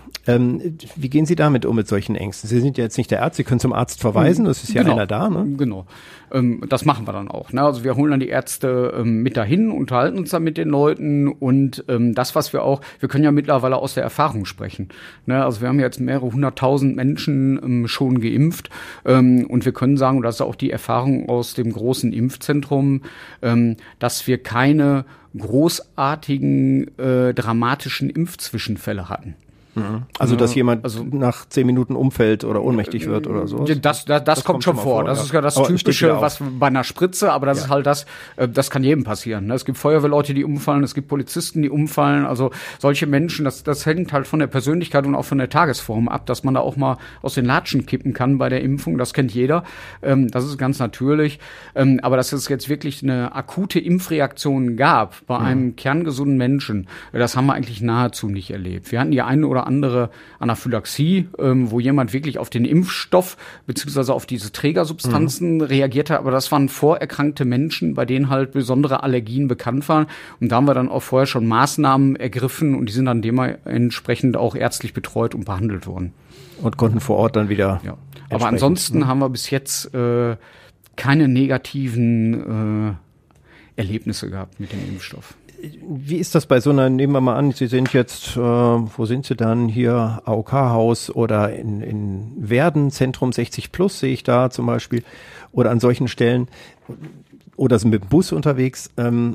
Wie gehen Sie damit um mit solchen Ängsten? Sie sind ja jetzt nicht der Arzt, Sie können zum Arzt verweisen, es ist ja einer da, ne? Genau, das machen wir dann auch. Ne? Also wir holen dann die Ärzte mit dahin, unterhalten uns dann mit den Leuten und das, was wir können ja mittlerweile aus der Erfahrung sprechen. Ne? Also wir haben jetzt mehrere 100.000 Menschen schon geimpft und wir können sagen, und das ist auch die Erfahrung aus dem großen Impfzentrum, dass wir keine großartigen, dramatischen Impfzwischenfälle hatten. Also, dass jemand nach 10 Minuten umfällt oder ohnmächtig wird oder so. Das kommt schon vor. Das ist ja das Typische, was bei einer Spritze, aber das ist halt das kann jedem passieren. Es gibt Feuerwehrleute, die umfallen, es gibt Polizisten, die umfallen. Also solche Menschen, das hängt halt von der Persönlichkeit und auch von der Tagesform ab, dass man da auch mal aus den Latschen kippen kann bei der Impfung. Das kennt jeder. Das ist ganz natürlich. Aber dass es jetzt wirklich eine akute Impfreaktion gab bei einem kerngesunden Menschen, das haben wir eigentlich nahezu nicht erlebt. Wir hatten die einen oder oder andere Anaphylaxie, wo jemand wirklich auf den Impfstoff beziehungsweise auf diese Trägersubstanzen reagiert hat. Aber das waren vorerkrankte Menschen, bei denen halt besondere Allergien bekannt waren. Und da haben wir dann auch vorher schon Maßnahmen ergriffen und die sind dann dementsprechend auch ärztlich betreut und behandelt worden. Und konnten vor Ort dann wieder. Ja. Aber ansonsten haben wir bis jetzt keine negativen Erlebnisse gehabt mit dem Impfstoff. Wie ist das bei so einer, nehmen wir mal an, Sie sind jetzt, wo sind Sie dann hier, AOK-Haus oder in Werden, Zentrum 60 Plus sehe ich da zum Beispiel, oder an solchen Stellen, oder sind mit dem Bus unterwegs.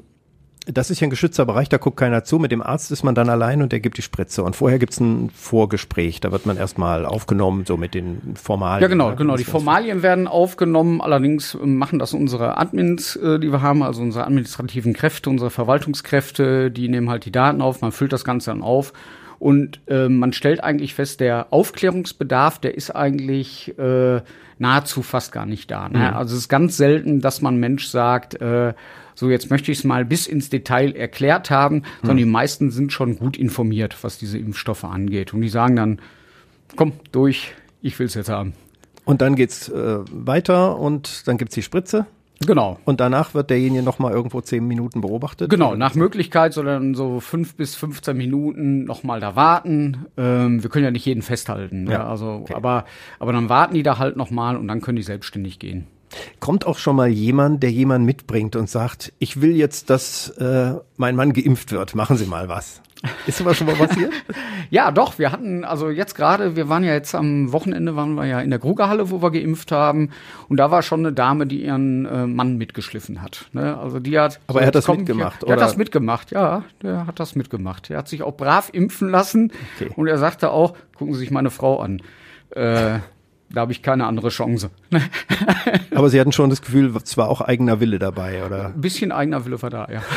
Das ist ja ein geschützter Bereich, da guckt keiner zu. Mit dem Arzt ist man dann allein und der gibt die Spritze. Und vorher gibt's ein Vorgespräch, da wird man erstmal aufgenommen, so mit den Formalien. Ja, genau. Die Formalien werden aufgenommen. Allerdings machen das unsere Admins, die wir haben, also unsere administrativen Kräfte, unsere Verwaltungskräfte, die nehmen halt die Daten auf, man füllt das Ganze dann auf. Und man stellt eigentlich fest, der Aufklärungsbedarf, der ist eigentlich nahezu fast gar nicht da. Ne? Also es ist ganz selten, dass man Mensch sagt, so jetzt möchte ich es mal bis ins Detail erklärt haben, sondern die meisten sind schon gut informiert, was diese Impfstoffe angeht. Und die sagen dann, komm, durch, ich will es jetzt haben. Und dann geht's weiter und dann gibt's die Spritze. Genau. Und danach wird derjenige nochmal irgendwo 10 Minuten beobachtet? Genau, nach Möglichkeit soll er dann so 5 bis 15 Minuten nochmal da warten. Wir können ja nicht jeden festhalten. Ja, also, okay. Aber dann warten die da halt nochmal und dann können die selbstständig gehen. Kommt auch schon mal jemand, der jemanden mitbringt und sagt, ich will jetzt, dass mein Mann geimpft wird, machen Sie mal was. Ist sowas schon mal passiert? Ja, doch. Wir hatten, also jetzt gerade, wir waren ja jetzt am Wochenende, waren wir ja in der Grugerhalle, wo wir geimpft haben. Und da war schon eine Dame, die ihren Mann mitgeschliffen hat. Ne? Also die hat. Aber er hat das mitgemacht, oder? Er hat das mitgemacht, ja. Der hat das mitgemacht. Er hat sich auch brav impfen lassen. Okay. Und er sagte auch, gucken Sie sich meine Frau an. Da habe ich keine andere Chance. Aber Sie hatten schon das Gefühl, es war auch eigener Wille dabei, oder? Ein bisschen eigener Wille war da, ja.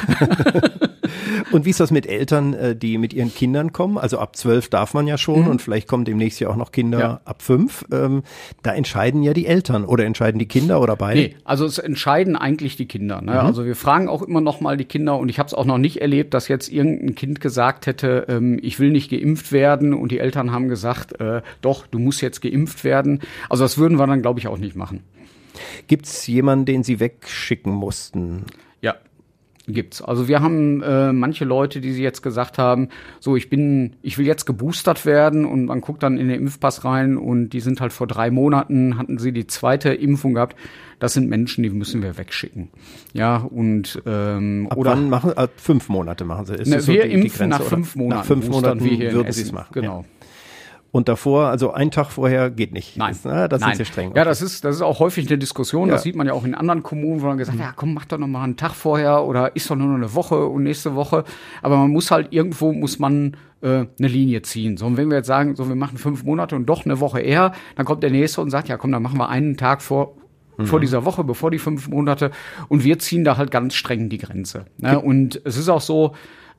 Und wie ist das mit Eltern, die mit ihren Kindern kommen? Also ab 12 darf man ja schon und vielleicht kommen demnächst ja auch noch Kinder ab 5. Da entscheiden ja die Eltern oder entscheiden die Kinder oder beide? Nee, also es entscheiden eigentlich die Kinder. Ne? Also wir fragen auch immer noch mal die Kinder und ich habe es auch noch nicht erlebt, dass jetzt irgendein Kind gesagt hätte, ich will nicht geimpft werden und die Eltern haben gesagt, doch, du musst jetzt geimpft werden. Also das würden wir dann, glaube ich, auch nicht machen. Gibt's jemanden, den Sie wegschicken mussten? Ja. Gibt's. Also wir haben manche Leute, die sie jetzt gesagt haben, so ich will jetzt geboostert werden und man guckt dann in den Impfpass rein und die sind halt vor 3 Monaten, hatten sie die 2. Impfung gehabt. Das sind Menschen, die müssen wir wegschicken. Ja, und ab wann machen? Ab 5 Monate machen sie. Ist wir so impfen die Grenze, nach 5 Monaten. Nach 5 Monaten wir hier würden sie es machen. Genau. Ja. Und davor, also einen Tag vorher geht nicht. Nein. Das Nein. ist sehr streng. Ja, das ist auch häufig eine Diskussion. Ja. Das sieht man ja auch in anderen Kommunen, wo man gesagt, ja komm, mach doch noch mal einen Tag vorher oder ist doch nur noch eine Woche und nächste Woche. Aber man muss halt irgendwo, eine Linie ziehen. So, und wenn wir jetzt sagen, so wir machen 5 Monate und doch eine Woche eher, dann kommt der Nächste und sagt, ja komm, dann machen wir einen Tag vor dieser Woche, bevor die 5 Monate. Und wir ziehen da halt ganz streng die Grenze. Ne? Und es ist auch so,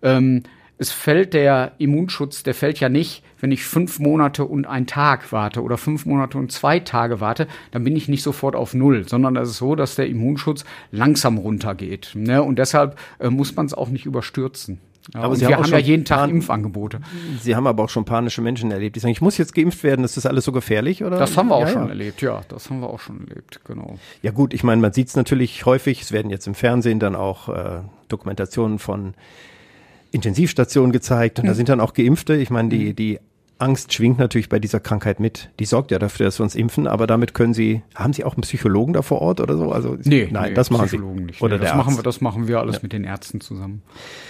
es fällt der Immunschutz, der fällt ja nicht, wenn ich 5 Monate und 1 Tag warte oder 5 Monate und 2 Tage warte, dann bin ich nicht sofort auf 0, sondern es ist so, dass der Immunschutz langsam runtergeht. Ne? Und deshalb muss man es auch nicht überstürzen. Ja, aber wir haben ja jeden Tag Impfangebote. Sie haben aber auch schon panische Menschen erlebt, die sagen, ich muss jetzt geimpft werden, ist das alles so gefährlich? Oder? Das haben wir auch schon erlebt, ja. Das haben wir auch schon erlebt, genau. Ja gut, ich meine, man sieht es natürlich häufig, es werden jetzt im Fernsehen dann auch Dokumentationen von Intensivstationen gezeigt und da sind dann auch Geimpfte. Ich meine, die Angst schwingt natürlich bei dieser Krankheit mit. Die sorgt ja dafür, dass wir uns impfen, aber damit haben Sie auch einen Psychologen da vor Ort oder so? Also, nein, das machen Sie nicht. Oder das machen wir alles mit den Ärzten zusammen.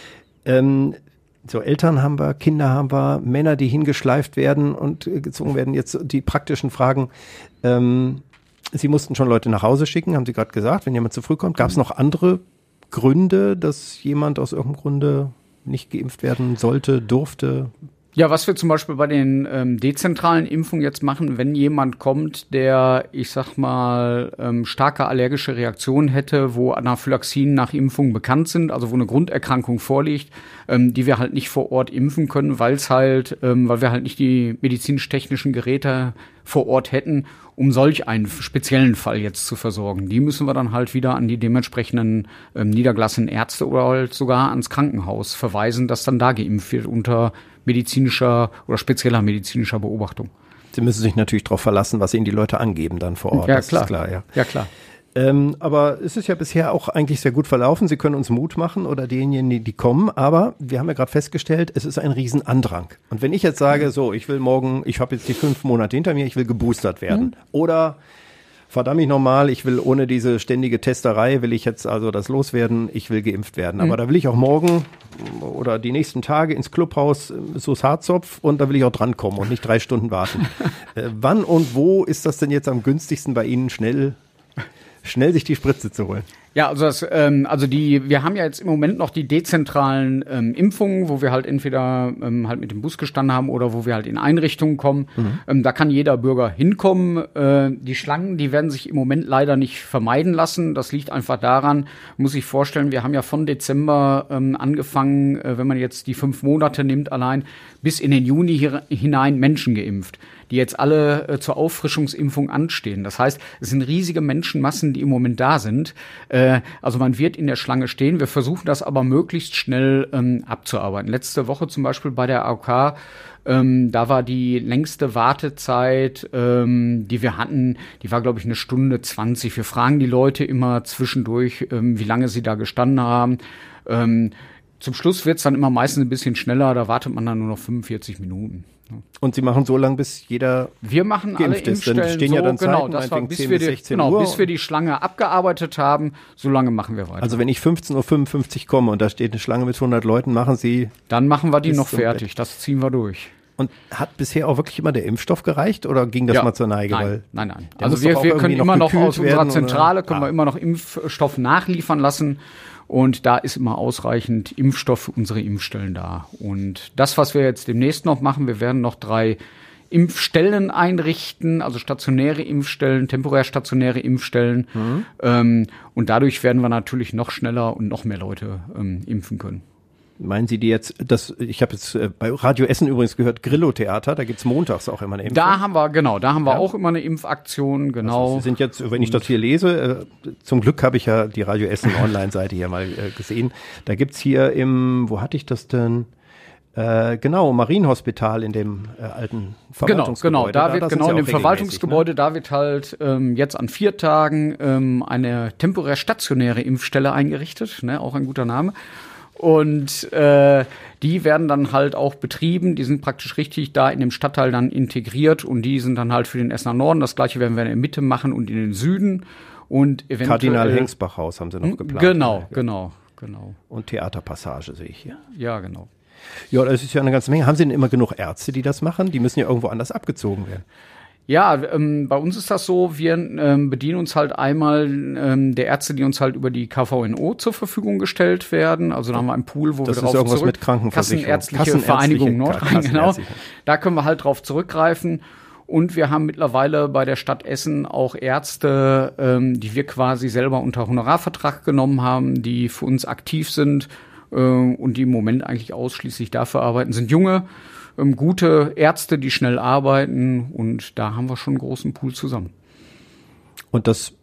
So Eltern haben wir, Kinder haben wir, Männer, die hingeschleift werden und gezogen werden. Jetzt die praktischen Fragen. Sie mussten schon Leute nach Hause schicken, haben Sie gerade gesagt, wenn jemand zu früh kommt. Gab es noch andere Gründe, dass jemand aus irgendeinem Grunde nicht geimpft werden sollte, durfte? Ja, was wir zum Beispiel bei den dezentralen Impfungen jetzt machen, wenn jemand kommt, der, ich sag mal, starke allergische Reaktionen hätte, wo Anaphylaxien nach Impfungen bekannt sind, also wo eine Grunderkrankung vorliegt, die wir halt nicht vor Ort impfen können, weil wir halt nicht die medizinisch-technischen Geräte vor Ort hätten, um solch einen speziellen Fall jetzt zu versorgen. Die müssen wir dann halt wieder an die dementsprechenden niedergelassenen Ärzte oder halt sogar ans Krankenhaus verweisen, dass dann da geimpft wird unter medizinischer oder spezieller medizinischer Beobachtung. Sie müssen sich natürlich darauf verlassen, was Ihnen die Leute angeben dann vor Ort. Ja, das klar. Ist klar, ja. Ja, klar. Aber es ist ja bisher auch eigentlich sehr gut verlaufen. Sie können uns Mut machen oder diejenigen, die kommen. Aber wir haben ja gerade festgestellt, es ist ein Riesenandrang. Und wenn ich jetzt sage, so, ich will morgen, ich habe jetzt die 5 Monate hinter mir, ich will geboostert werden. Oder verdammt mich nochmal, ich will ohne diese ständige Testerei, will ich jetzt also das loswerden, ich will geimpft werden. Aber da will ich auch morgen oder die nächsten Tage ins Clubhaus Sus Harzopf und da will ich auch drankommen und nicht 3 Stunden warten. Wann und wo ist das denn jetzt am günstigsten bei Ihnen schnell sich die Spritze zu holen? Ja, also wir haben ja jetzt im Moment noch die dezentralen Impfungen, wo wir halt entweder halt mit dem Bus gestanden haben oder wo wir halt in Einrichtungen kommen. Da kann jeder Bürger hinkommen. Die Schlangen, die werden sich im Moment leider nicht vermeiden lassen. Das liegt einfach daran, muss ich vorstellen, wir haben ja von Dezember angefangen, wenn man jetzt die 5 Monate nimmt allein, bis in den Juni hinein Menschen geimpft, die jetzt alle zur Auffrischungsimpfung anstehen. Das heißt, es sind riesige Menschenmassen, die im Moment da sind. Also man wird in der Schlange stehen. Wir versuchen das aber möglichst schnell abzuarbeiten. Letzte Woche zum Beispiel bei der AOK, da war die längste Wartezeit, die wir hatten, die war, glaube ich, 1:20. Wir fragen die Leute immer zwischendurch, wie lange sie da gestanden haben. Zum Schluss wird's dann immer meistens ein bisschen schneller, da wartet man dann nur noch 45 Minuten. Und Sie machen so lange, bis jeder Wir machen alle Impfstellen dann stehen so, ja dann genau, Zeiten, das war, bis 10 wir bis die, 16 genau, Uhr. bis wir die Schlange abgearbeitet haben, so lange machen wir weiter. Also wenn ich 15:55 Uhr komme und da steht eine Schlange mit 100 Leuten, machen Sie... Dann machen wir die bis noch zum fertig, das ziehen wir durch. Und hat bisher auch wirklich immer der Impfstoff gereicht oder ging das mal zur Neige? Nein. Der Also muss doch auch wir können irgendwie immer noch gekühlt aus unserer werden, Zentrale, oder? können wir immer noch Impfstoff nachliefern lassen. Und da ist immer ausreichend Impfstoff für unsere Impfstellen da. Und das, was wir jetzt demnächst noch machen, wir werden noch 3 Impfstellen einrichten, also stationäre Impfstellen, temporär stationäre Impfstellen. Und dadurch werden wir natürlich noch schneller und noch mehr Leute impfen können. Meinen Sie die jetzt, ich habe jetzt bei Radio Essen übrigens gehört, Grillo-Theater, da gibt's montags auch immer eine Impfung. Da haben wir auch immer eine Impfaktion, genau. Also Sie sind jetzt, wenn ich das hier lese, zum Glück habe ich ja die Radio Essen Online-Seite hier mal gesehen. Da gibt's hier wo hatte ich das denn? Genau, Marienhospital in dem alten Verwaltungsgebäude. Genau, da wird sind Sie in dem auch Verwaltungsgebäude, da wird halt jetzt an 4 Tagen eine temporär stationäre Impfstelle eingerichtet, ne, auch ein guter Name. Und die werden dann halt auch betrieben, die sind praktisch richtig da in dem Stadtteil dann integriert und die sind dann halt für den Essener Norden. Das gleiche werden wir in der Mitte machen und in den Süden. Und eventuell Kardinal-Hengsbach-Haus haben Sie noch geplant. Genau. Und Theaterpassage sehe ich hier. Ja, genau. Ja, das ist ja eine ganze Menge. Haben Sie denn immer genug Ärzte, die das machen? Die müssen ja irgendwo anders abgezogen werden. Ja, bei uns ist das so, wir bedienen uns halt einmal der Ärzte, die uns halt über die KVNO zur Verfügung gestellt werden. Also da haben wir einen Pool, wo das wir drauf ist irgendwas mit Krankenversicherung. Kassenärztliche Vereinigung Nordrhein, genau. Da können wir halt drauf zurückgreifen. Und wir haben mittlerweile bei der Stadt Essen auch Ärzte, die wir quasi selber unter Honorarvertrag genommen haben, die für uns aktiv sind und die im Moment eigentlich ausschließlich dafür arbeiten, sind junge, gute Ärzte, die schnell arbeiten und da haben wir schon einen großen Pool zusammen. Und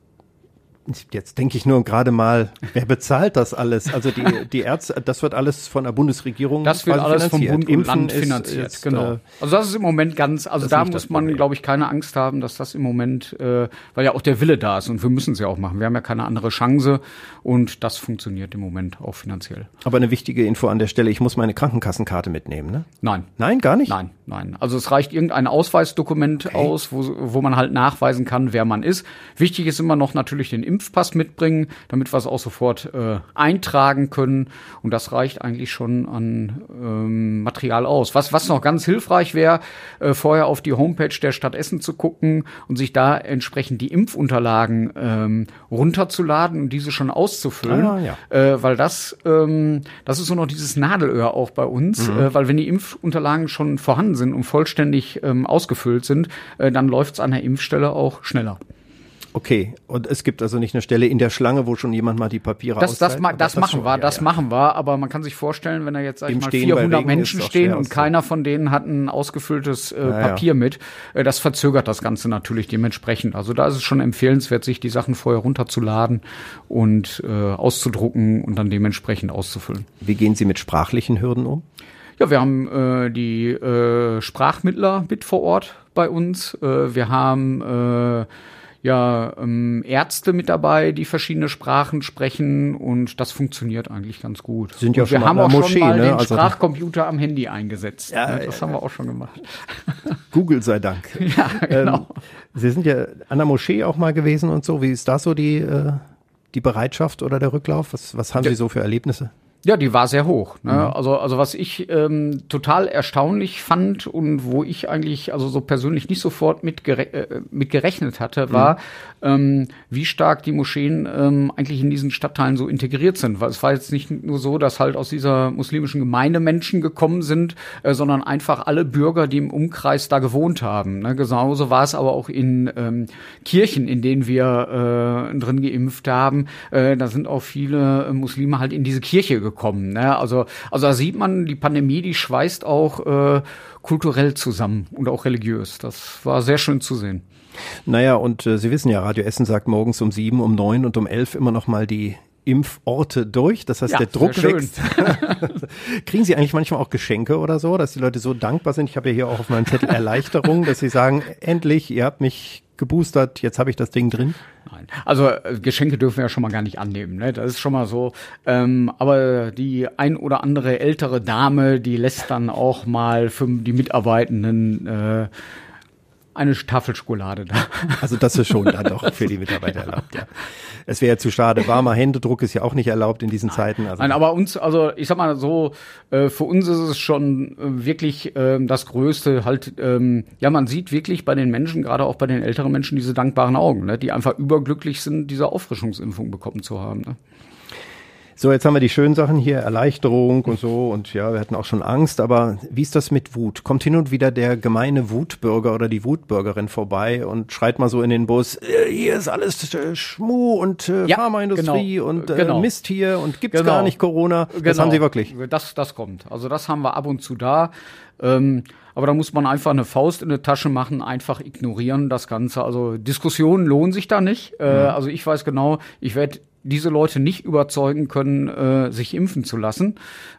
jetzt denke ich nur gerade mal, wer bezahlt das alles? Also die Ärzte, das wird alles von der Bundesregierung Das wird alles vom Bund und Land finanziert, ist, genau. Also das ist im Moment da muss man, glaube ich, keine Angst haben, dass das im Moment, weil ja auch der Wille da ist und wir müssen es ja auch machen. Wir haben ja keine andere Chance und das funktioniert im Moment auch finanziell. Aber eine wichtige Info an der Stelle, ich muss meine Krankenkassenkarte mitnehmen, ne? Nein. Nein, gar nicht? Nein. Also es reicht irgendein Ausweisdokument aus, wo man halt nachweisen kann, wer man ist. Wichtig ist immer noch natürlich den Impfpass mitbringen, damit wir es auch sofort eintragen können. Und das reicht eigentlich schon an Material aus. Was noch ganz hilfreich wäre, vorher auf die Homepage der Stadt Essen zu gucken und sich da entsprechend die Impfunterlagen runterzuladen und diese schon auszufüllen. Weil das ist so noch dieses Nadelöhr auch bei uns. Weil wenn die Impfunterlagen schon vorhanden sind und vollständig ausgefüllt sind, dann läuft es an der Impfstelle auch schneller. Okay, und es gibt also nicht eine Stelle in der Schlange, wo schon jemand mal die Papiere auszahlt? Das machen wir, aber man kann sich vorstellen, wenn da jetzt, sag ich mal, 400 Menschen stehen und keiner von denen hat ein ausgefülltes Papier mit, das verzögert das Ganze natürlich dementsprechend. Also da ist es schon empfehlenswert, sich die Sachen vorher runterzuladen und auszudrucken und dann dementsprechend auszufüllen. Wie gehen Sie mit sprachlichen Hürden um? Ja, wir haben die Sprachmittler mit vor Ort bei uns. Wir haben Ärzte mit dabei, die verschiedene Sprachen sprechen und das funktioniert eigentlich ganz gut. Sind ja und schon wir haben auch Moschee, schon mal den also Sprachcomputer am Handy eingesetzt. Ja, das haben wir auch schon gemacht. Google sei Dank. Ja, genau. Sie sind ja an der Moschee auch mal gewesen und so. Wie ist da so die Bereitschaft oder der Rücklauf? Was haben Sie so für Erlebnisse? Ja, die war sehr hoch. Ne? Also was ich total erstaunlich fand und wo ich eigentlich also so persönlich nicht sofort mit gerechnet hatte, war, wie stark die Moscheen eigentlich in diesen Stadtteilen so integriert sind. Weil es war jetzt nicht nur so, dass halt aus dieser muslimischen Gemeinde Menschen gekommen sind, sondern einfach alle Bürger, die im Umkreis da gewohnt haben. Ne? Genauso war es aber auch in Kirchen, in denen wir drin geimpft haben. Da sind auch viele Muslime halt in diese Kirche gekommen. Ne? Also da sieht man, die Pandemie, die schweißt auch kulturell zusammen und auch religiös. Das war sehr schön zu sehen. Naja, und Sie wissen ja, Radio Essen sagt morgens um 7, um 9 und um 11 immer noch mal die Impforte durch. Das heißt, der Druck wächst. Kriegen Sie eigentlich manchmal auch Geschenke oder so, dass die Leute so dankbar sind? Ich habe ja hier auch auf meinem Zettel Erleichterung, dass sie sagen, endlich, ihr habt mich geboostert, jetzt habe ich das Ding drin. Nein, also Geschenke dürfen wir ja schon mal gar nicht annehmen, ne? Das ist schon mal so. Aber die ein oder andere ältere Dame, die lässt dann auch mal für die Mitarbeitenden eine Tafel Schokolade da. Also das ist schon dann doch für die Mitarbeiter erlaubt, ja. Es wäre ja zu schade. Warmer Händedruck ist ja auch nicht erlaubt in diesen Zeiten. Also nein, aber uns, also ich sag mal so, für uns ist es schon wirklich das Größte halt, man sieht wirklich bei den Menschen, gerade auch bei den älteren Menschen, diese dankbaren Augen, ne, die einfach überglücklich sind, diese Auffrischungsimpfung bekommen zu haben. Ne? So, jetzt haben wir die schönen Sachen hier, Erleichterung und so und ja, wir hatten auch schon Angst, aber wie ist das mit Wut? Kommt hin und wieder der gemeine Wutbürger oder die Wutbürgerin vorbei und schreit mal so in den Bus, hier ist alles Schmuh und Pharmaindustrie und Mist hier und gibt's gar nicht Corona. Das haben Sie wirklich? Das kommt. Also das haben wir ab und zu da. Aber da muss man einfach eine Faust in die Tasche machen, einfach ignorieren das Ganze. Also Diskussionen lohnen sich da nicht. Also ich weiß genau, ich werde diese Leute nicht überzeugen können, sich impfen zu lassen.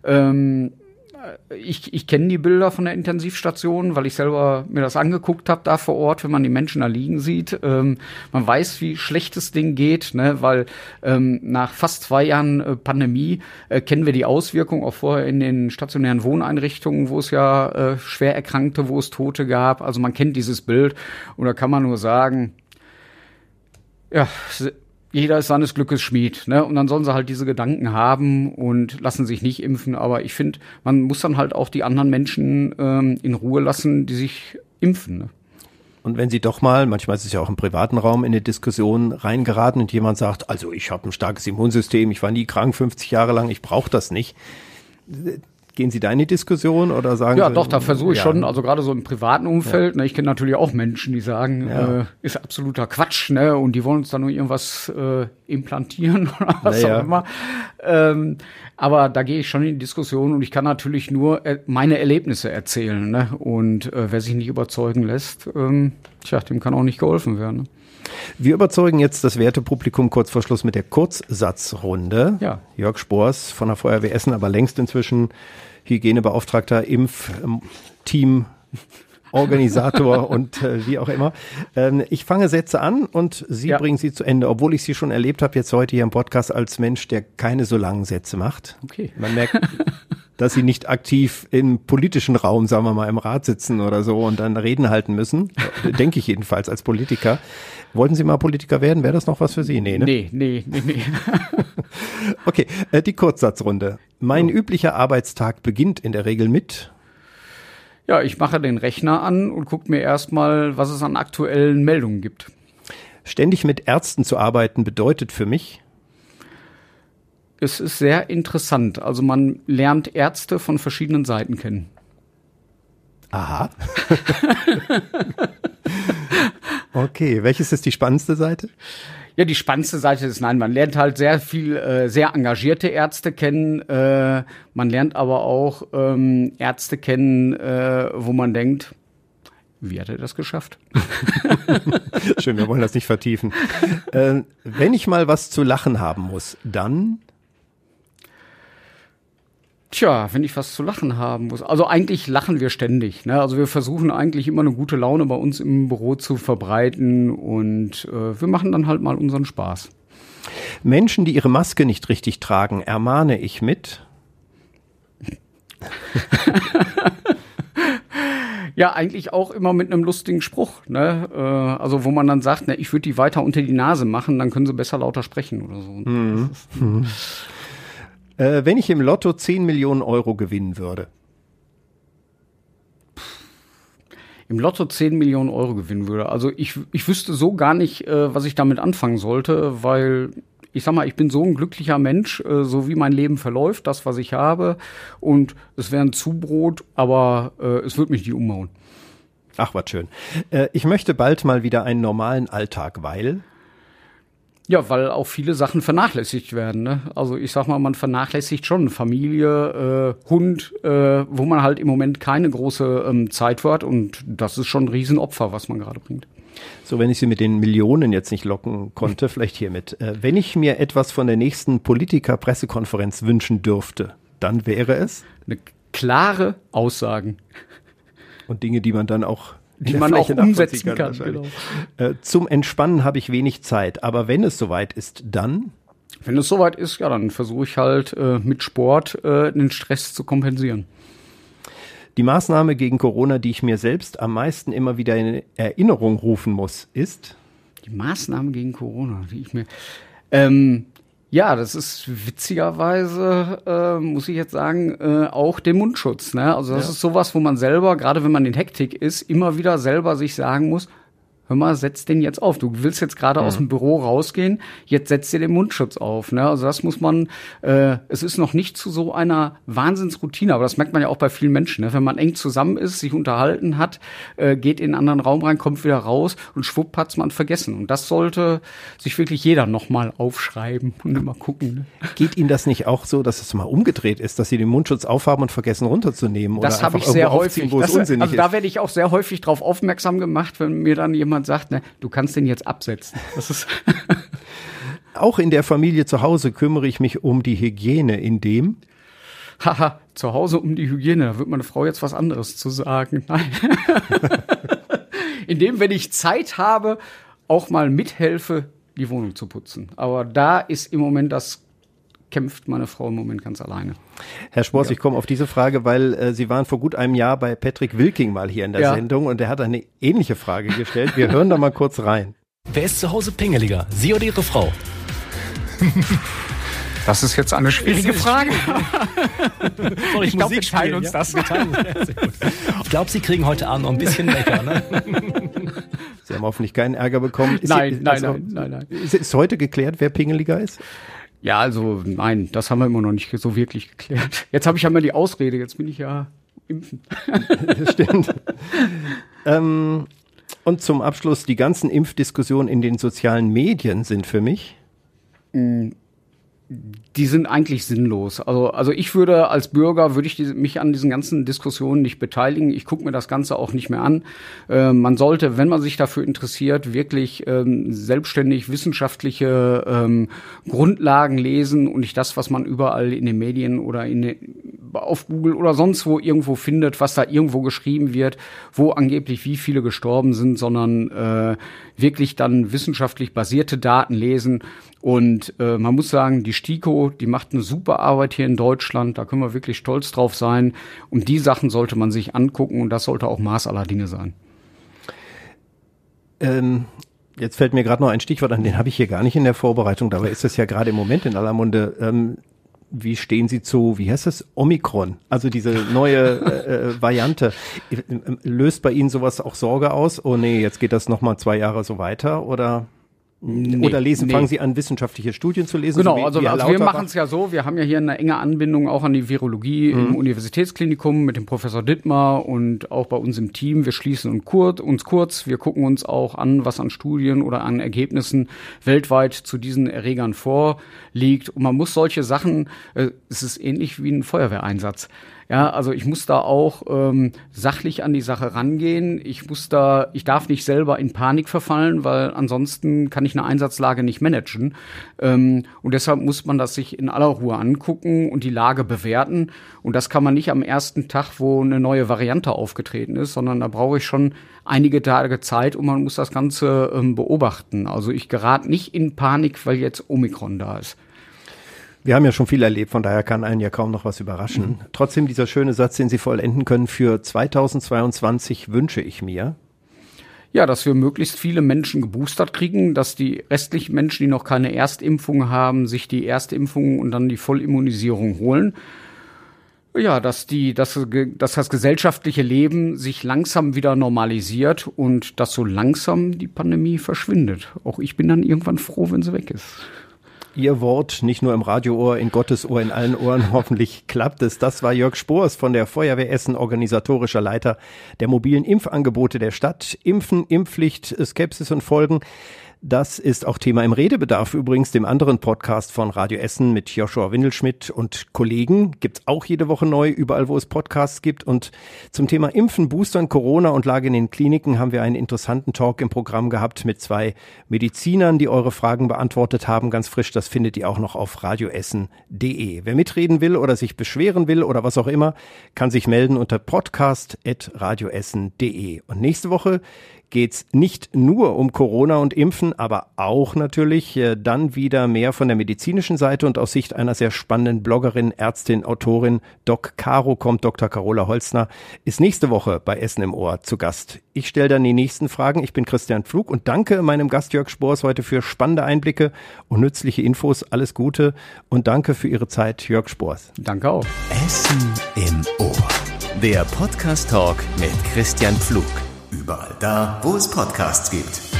Ich kenne die Bilder von der Intensivstation, weil ich selber mir das angeguckt habe da vor Ort, wenn man die Menschen da liegen sieht. Man weiß, wie schlecht das Ding geht, ne? Weil nach fast 2 Jahren Pandemie kennen wir die Auswirkungen auch vorher in den stationären Wohneinrichtungen, wo es ja schwer Erkrankte, wo es Tote gab. Also man kennt dieses Bild und da kann man nur sagen, ja, jeder ist seines Glückes Schmied, ne? Und dann sollen sie halt diese Gedanken haben und lassen sich nicht impfen. Aber ich finde, man muss dann halt auch die anderen Menschen in Ruhe lassen, die sich impfen. Ne? Und wenn Sie doch mal, manchmal ist es ja auch im privaten Raum, in eine Diskussion reingeraten und jemand sagt, also ich habe ein starkes Immunsystem, ich war nie krank 50 Jahre lang, ich brauche das nicht. Gehen Sie da in die Diskussion oder sagen Ja, Sie, doch, da versuche ich schon, also gerade so im privaten Umfeld, ne, ich kenne natürlich auch Menschen, die sagen, ist absoluter Quatsch, ne, und die wollen uns da nur irgendwas implantieren oder was auch immer. Aber da gehe ich schon in die Diskussion und ich kann natürlich nur meine Erlebnisse erzählen, ne, und wer sich nicht überzeugen lässt, dem kann auch nicht geholfen werden. Ne? Wir überzeugen jetzt das werte Publikum kurz vor Schluss mit der Kurzsatzrunde. Ja. Jörg Spoors von der Feuerwehr Essen, aber längst inzwischen Hygienebeauftragter, Impfteam, Organisator und wie auch immer. Ich fange Sätze an und Sie bringen sie zu Ende, obwohl ich Sie schon erlebt habe, jetzt heute hier im Podcast als Mensch, der keine so langen Sätze macht. Okay. Man merkt, dass Sie nicht aktiv im politischen Raum, sagen wir mal, im Rat sitzen oder so und dann Reden halten müssen. Denke ich jedenfalls als Politiker. Wollten Sie mal Politiker werden? Wäre das noch was für Sie? Nee, ne? Nee. Okay, die Kurzsatzrunde. Mein üblicher Arbeitstag beginnt in der Regel mit? Ja, ich mache den Rechner an und gucke mir erstmal, was es an aktuellen Meldungen gibt. Ständig mit Ärzten zu arbeiten bedeutet für mich? Es ist sehr interessant. Also man lernt Ärzte von verschiedenen Seiten kennen. Aha. Okay, welches ist die spannendste Seite? Ja, die spannendste Seite ist, man lernt halt sehr viel, sehr engagierte Ärzte kennen. Man lernt aber auch Ärzte kennen, wo man denkt, wie hat er das geschafft? Schön, wir wollen das nicht vertiefen. Wenn ich mal was zu lachen haben muss, dann? Tja, wenn ich was zu lachen haben muss. Also eigentlich lachen wir ständig. Ne? Also wir versuchen eigentlich immer eine gute Laune bei uns im Büro zu verbreiten und wir machen dann halt mal unseren Spaß. Menschen, die ihre Maske nicht richtig tragen, ermahne ich mit. Ja, eigentlich auch immer mit einem lustigen Spruch. Ne? Also wo man dann sagt, ne, ich würde die weiter unter die Nase machen, dann können sie besser lauter sprechen oder so. Wenn ich im Lotto 10 Millionen Euro gewinnen würde. Im Lotto 10 Millionen Euro gewinnen würde. Also ich wüsste so gar nicht, was ich damit anfangen sollte, weil ich sag mal, ich bin so ein glücklicher Mensch, so wie mein Leben verläuft, das, was ich habe. Und es wäre ein Zubrot, aber es wird mich nicht umhauen. Ach, was schön. Ich möchte bald mal wieder einen normalen Alltag, weil... Ja, weil auch viele Sachen vernachlässigt werden. Ne? Also ich sag mal, man vernachlässigt schon Familie, Hund, wo man halt im Moment keine große Zeit für hat. Und das ist schon ein Riesenopfer, was man gerade bringt. So, wenn ich Sie mit den Millionen jetzt nicht locken konnte, vielleicht hiermit. Wenn ich mir etwas von der nächsten Politiker-Pressekonferenz wünschen dürfte, dann wäre es? Eine klare Aussagen. Und Dinge, die man dann auch... Die man auch umsetzen kann. Genau. Zum Entspannen habe ich wenig Zeit, aber wenn es soweit ist, dann? Wenn es soweit ist, ja, dann versuche ich halt mit Sport den Stress zu kompensieren. Die Maßnahme gegen Corona, die ich mir selbst am meisten immer wieder in Erinnerung rufen muss, ist? Die Maßnahme gegen Corona, die ich mir... ja, das ist witzigerweise, muss ich jetzt sagen, auch der Mundschutz. Ne? Also das ist sowas, wo man selber, gerade wenn man in Hektik ist, immer wieder selber sich sagen muss, hör mal, setz den jetzt auf. Du willst jetzt gerade aus dem Büro rausgehen, jetzt setz dir den Mundschutz auf. Ne? Also das muss man, es ist noch nicht zu so einer Wahnsinnsroutine, aber das merkt man ja auch bei vielen Menschen. Ne? Wenn man eng zusammen ist, sich unterhalten hat, geht in einen anderen Raum rein, kommt wieder raus und schwupp hat's man vergessen. Und das sollte sich wirklich jeder nochmal aufschreiben und immer gucken. Ne? Geht Ihnen das nicht auch so, dass es mal umgedreht ist, dass Sie den Mundschutz aufhaben und vergessen runterzunehmen? Das habe ich sehr häufig. Also da werde ich auch sehr häufig drauf aufmerksam gemacht, wenn mir dann jemand sagt, ne, du kannst den jetzt absetzen. Das ist auch in der Familie zu Hause kümmere ich mich um die Hygiene, indem... Haha, zu Hause um die Hygiene, da wird meine Frau jetzt was anderes zu sagen. Nein. Indem, wenn ich Zeit habe, auch mal mithelfe, die Wohnung zu putzen. Aber da ist im Moment kämpft meine Frau im Moment ganz alleine. Herr Spors, ich komme auf diese Frage, weil Sie waren vor gut einem Jahr bei Patrick Wilking mal hier in der Sendung und der hat eine ähnliche Frage gestellt. Wir hören da mal kurz rein. Wer ist zu Hause pingeliger, Sie oder Ihre Frau? Das ist jetzt eine schwierige Frage. Ich glaube, wir teilen uns das. Ich glaube, Sie kriegen heute Abend noch ein bisschen lecker. Ne? Sie haben hoffentlich keinen Ärger bekommen. Nein. Ist heute geklärt, wer pingeliger ist? Ja, also nein, das haben wir immer noch nicht so wirklich geklärt. Jetzt habe ich ja mal die Ausrede, jetzt bin ich ja impfen. Das stimmt. Und zum Abschluss, die ganzen Impfdiskussionen in den sozialen Medien sind für mich? Die sind eigentlich sinnlos. Also ich würde als Bürger, mich an diesen ganzen Diskussionen nicht beteiligen. Ich gucke mir das Ganze auch nicht mehr an. Man sollte, wenn man sich dafür interessiert, wirklich selbstständig wissenschaftliche Grundlagen lesen und nicht das, was man überall in den Medien oder auf Google oder sonst wo irgendwo findet, was da irgendwo geschrieben wird, wo angeblich wie viele gestorben sind, sondern wirklich dann wissenschaftlich basierte Daten lesen. Und man muss sagen, die STIKO, die macht eine super Arbeit hier in Deutschland. Da können wir wirklich stolz drauf sein. Und die Sachen sollte man sich angucken und das sollte auch Maß aller Dinge sein. Jetzt fällt mir gerade noch ein Stichwort an, den habe ich hier gar nicht in der Vorbereitung. Dabei ist das ja gerade im Moment in aller Munde. Wie stehen Sie zu, wie heißt es, Omikron? Also diese neue Variante. Löst bei Ihnen sowas auch Sorge aus? Oh nee, jetzt geht das nochmal 2 Jahre so weiter oder... Fangen Sie an, wissenschaftliche Studien zu lesen? Genau, so also wir machen es ja so, wir haben ja hier eine enge Anbindung auch an die Virologie im Universitätsklinikum mit dem Professor Dittmar und auch bei uns im Team. Wir schließen uns kurz, wir gucken uns auch an, was an Studien oder an Ergebnissen weltweit zu diesen Erregern vorliegt. Und man muss solche Sachen, es ist ähnlich wie ein Feuerwehreinsatz. Ja, also ich muss da auch sachlich an die Sache rangehen. Ich darf nicht selber in Panik verfallen, weil ansonsten kann ich eine Einsatzlage nicht managen. Und deshalb muss man das sich in aller Ruhe angucken und die Lage bewerten. Und das kann man nicht am ersten Tag, wo eine neue Variante aufgetreten ist, sondern da brauche ich schon einige Tage Zeit und man muss das Ganze beobachten. Also ich gerate nicht in Panik, weil jetzt Omikron da ist. Wir haben ja schon viel erlebt, von daher kann einen ja kaum noch was überraschen. Trotzdem dieser schöne Satz, den Sie vollenden können, für 2022 wünsche ich mir. Ja, dass wir möglichst viele Menschen geboostert kriegen, dass die restlichen Menschen, die noch keine Erstimpfung haben, sich die Erstimpfung und dann die Vollimmunisierung holen. Ja, dass das gesellschaftliche Leben sich langsam wieder normalisiert und dass so langsam die Pandemie verschwindet. Auch ich bin dann irgendwann froh, wenn sie weg ist. Ihr Wort, nicht nur im Radioohr, in Gottes Ohr, in allen Ohren, hoffentlich klappt es. Das war Jörg Spoors von der Feuerwehr Essen, organisatorischer Leiter der mobilen Impfangebote der Stadt. Impfen, Impfpflicht, Skepsis und Folgen. Das ist auch Thema im Redebedarf, übrigens dem anderen Podcast von Radio Essen mit Joshua Windelschmidt und Kollegen. Gibt's auch jede Woche neu, überall wo es Podcasts gibt. Und zum Thema Impfen, Boostern, Corona und Lage in den Kliniken haben wir einen interessanten Talk im Programm gehabt mit 2 Medizinern, die eure Fragen beantwortet haben. Ganz frisch, das findet ihr auch noch auf radioessen.de. Wer mitreden will oder sich beschweren will oder was auch immer, kann sich melden unter podcast@radioessen.de. Und nächste Woche geht's nicht nur um Corona und Impfen, aber auch natürlich dann wieder mehr von der medizinischen Seite und aus Sicht einer sehr spannenden Bloggerin, Ärztin, Autorin. Dr. Carola Holzner, ist nächste Woche bei Essen im Ohr zu Gast. Ich stelle dann die nächsten Fragen. Ich bin Christian Pflug und danke meinem Gast Jörg Spoors heute für spannende Einblicke und nützliche Infos. Alles Gute und danke für Ihre Zeit, Jörg Spoors. Danke auch. Essen im Ohr. Der Podcast-Talk mit Christian Pflug. Überall da, wo es Podcasts gibt.